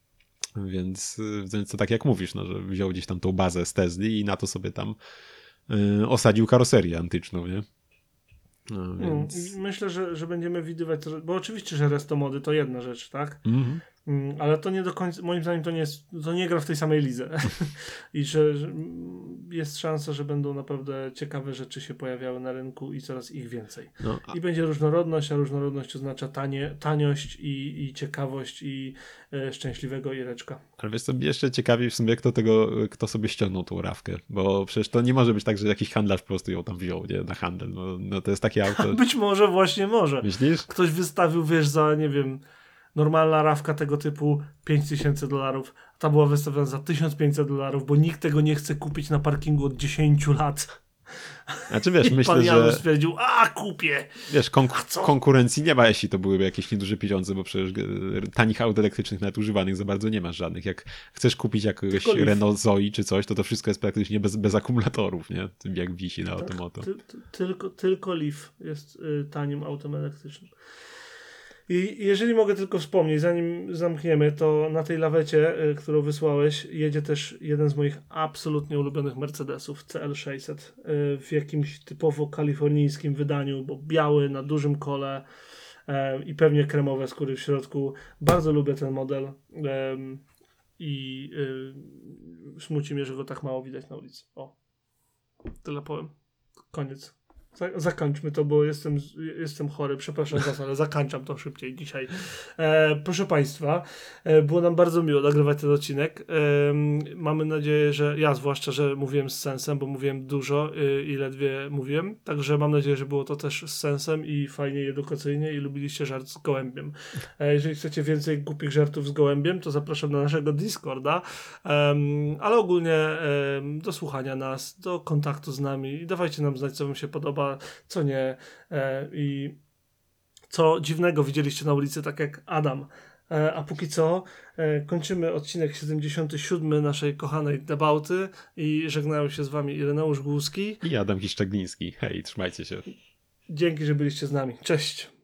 [SPEAKER 1] Więc, więc to tak jak mówisz, no, że wziął gdzieś tam tą bazę z Tesli i na to sobie tam y, osadził karoserię antyczną, nie? No, więc...
[SPEAKER 2] Myślę, że, że będziemy widywać, bo oczywiście, że restomody to jedna rzecz, tak?
[SPEAKER 1] Mhm.
[SPEAKER 2] Ale to nie do końca, moim zdaniem to nie jest, to nie gra w tej samej lidze. I że, że jest szansa, że będą naprawdę ciekawe rzeczy się pojawiały na rynku i coraz ich więcej.
[SPEAKER 1] No, a...
[SPEAKER 2] I będzie różnorodność, a różnorodność oznacza tanie, taniość i, i ciekawość i e, szczęśliwego Ireczka.
[SPEAKER 1] Ale wiesz co, mnie jeszcze ciekawi w sumie, kto tego, kto sobie ściągnął tą rawkę, bo przecież to nie może być tak, że jakiś handlarz po prostu ją tam wziął, nie, na handel. No, no to jest takie auto.
[SPEAKER 2] Być może właśnie może.
[SPEAKER 1] Myślisz?
[SPEAKER 2] Ktoś wystawił, wiesz, za, nie wiem, normalna rawka tego typu pięć tysięcy dolarów, a ta była wystawiona za tysiąc pięćset dolarów, bo nikt tego nie chce kupić na parkingu od dziesięć lat.
[SPEAKER 1] Znaczy wiesz,
[SPEAKER 2] I
[SPEAKER 1] myślę,
[SPEAKER 2] pan Janusz
[SPEAKER 1] że...
[SPEAKER 2] stwierdził, a kupię!
[SPEAKER 1] Wiesz, konk- konkurencji nie ma, jeśli to byłyby jakieś nieduże pieniądze, bo przecież e, tanich aut elektrycznych nawet używanych za bardzo nie masz żadnych. Jak chcesz kupić jakiegoś Renault Zoe czy coś, to to wszystko jest praktycznie bez, bez akumulatorów, nie? Tym jak wisi na
[SPEAKER 2] Tak,
[SPEAKER 1] automoto.
[SPEAKER 2] Ty, ty, tylko, tylko Leaf jest y, tanim autem elektrycznym. I jeżeli mogę tylko wspomnieć, zanim zamkniemy, to na tej lawecie, y, którą wysłałeś, jedzie też jeden z moich absolutnie ulubionych Mercedesów, C L sześćset, y, w jakimś typowo kalifornijskim wydaniu, bo biały, na dużym kole y, i pewnie kremowe skóry w środku. Bardzo lubię ten model y, i y, smuci mnie, że go tak mało widać na ulicy. O, tyle powiem. Koniec. Zakończmy to, bo jestem, jestem chory, przepraszam was, ale zakończam to szybciej dzisiaj. E, proszę Państwa, e, było nam bardzo miło nagrywać ten odcinek. E, mamy nadzieję, że ja zwłaszcza, że mówiłem z sensem, bo mówiłem dużo e, i ledwie mówiłem, także mam nadzieję, że było to też z sensem i fajnie i edukacyjnie i lubiliście żart z gołębiem. E, jeżeli chcecie więcej głupich żartów z gołębiem, to zapraszam na naszego Discorda, e, ale ogólnie e, do słuchania nas, do kontaktu z nami i dawajcie nam znać, co wam się podoba, co nie e, i co dziwnego widzieliście na ulicy, tak jak Adam. E, a póki co e, kończymy odcinek siedemdziesiąty siódmy naszej kochanej Debauty i żegnają się z wami Ireneusz Głuski
[SPEAKER 1] I Adam Kiszczagliński. Hej, trzymajcie się.
[SPEAKER 2] Dzięki, że byliście z nami. Cześć.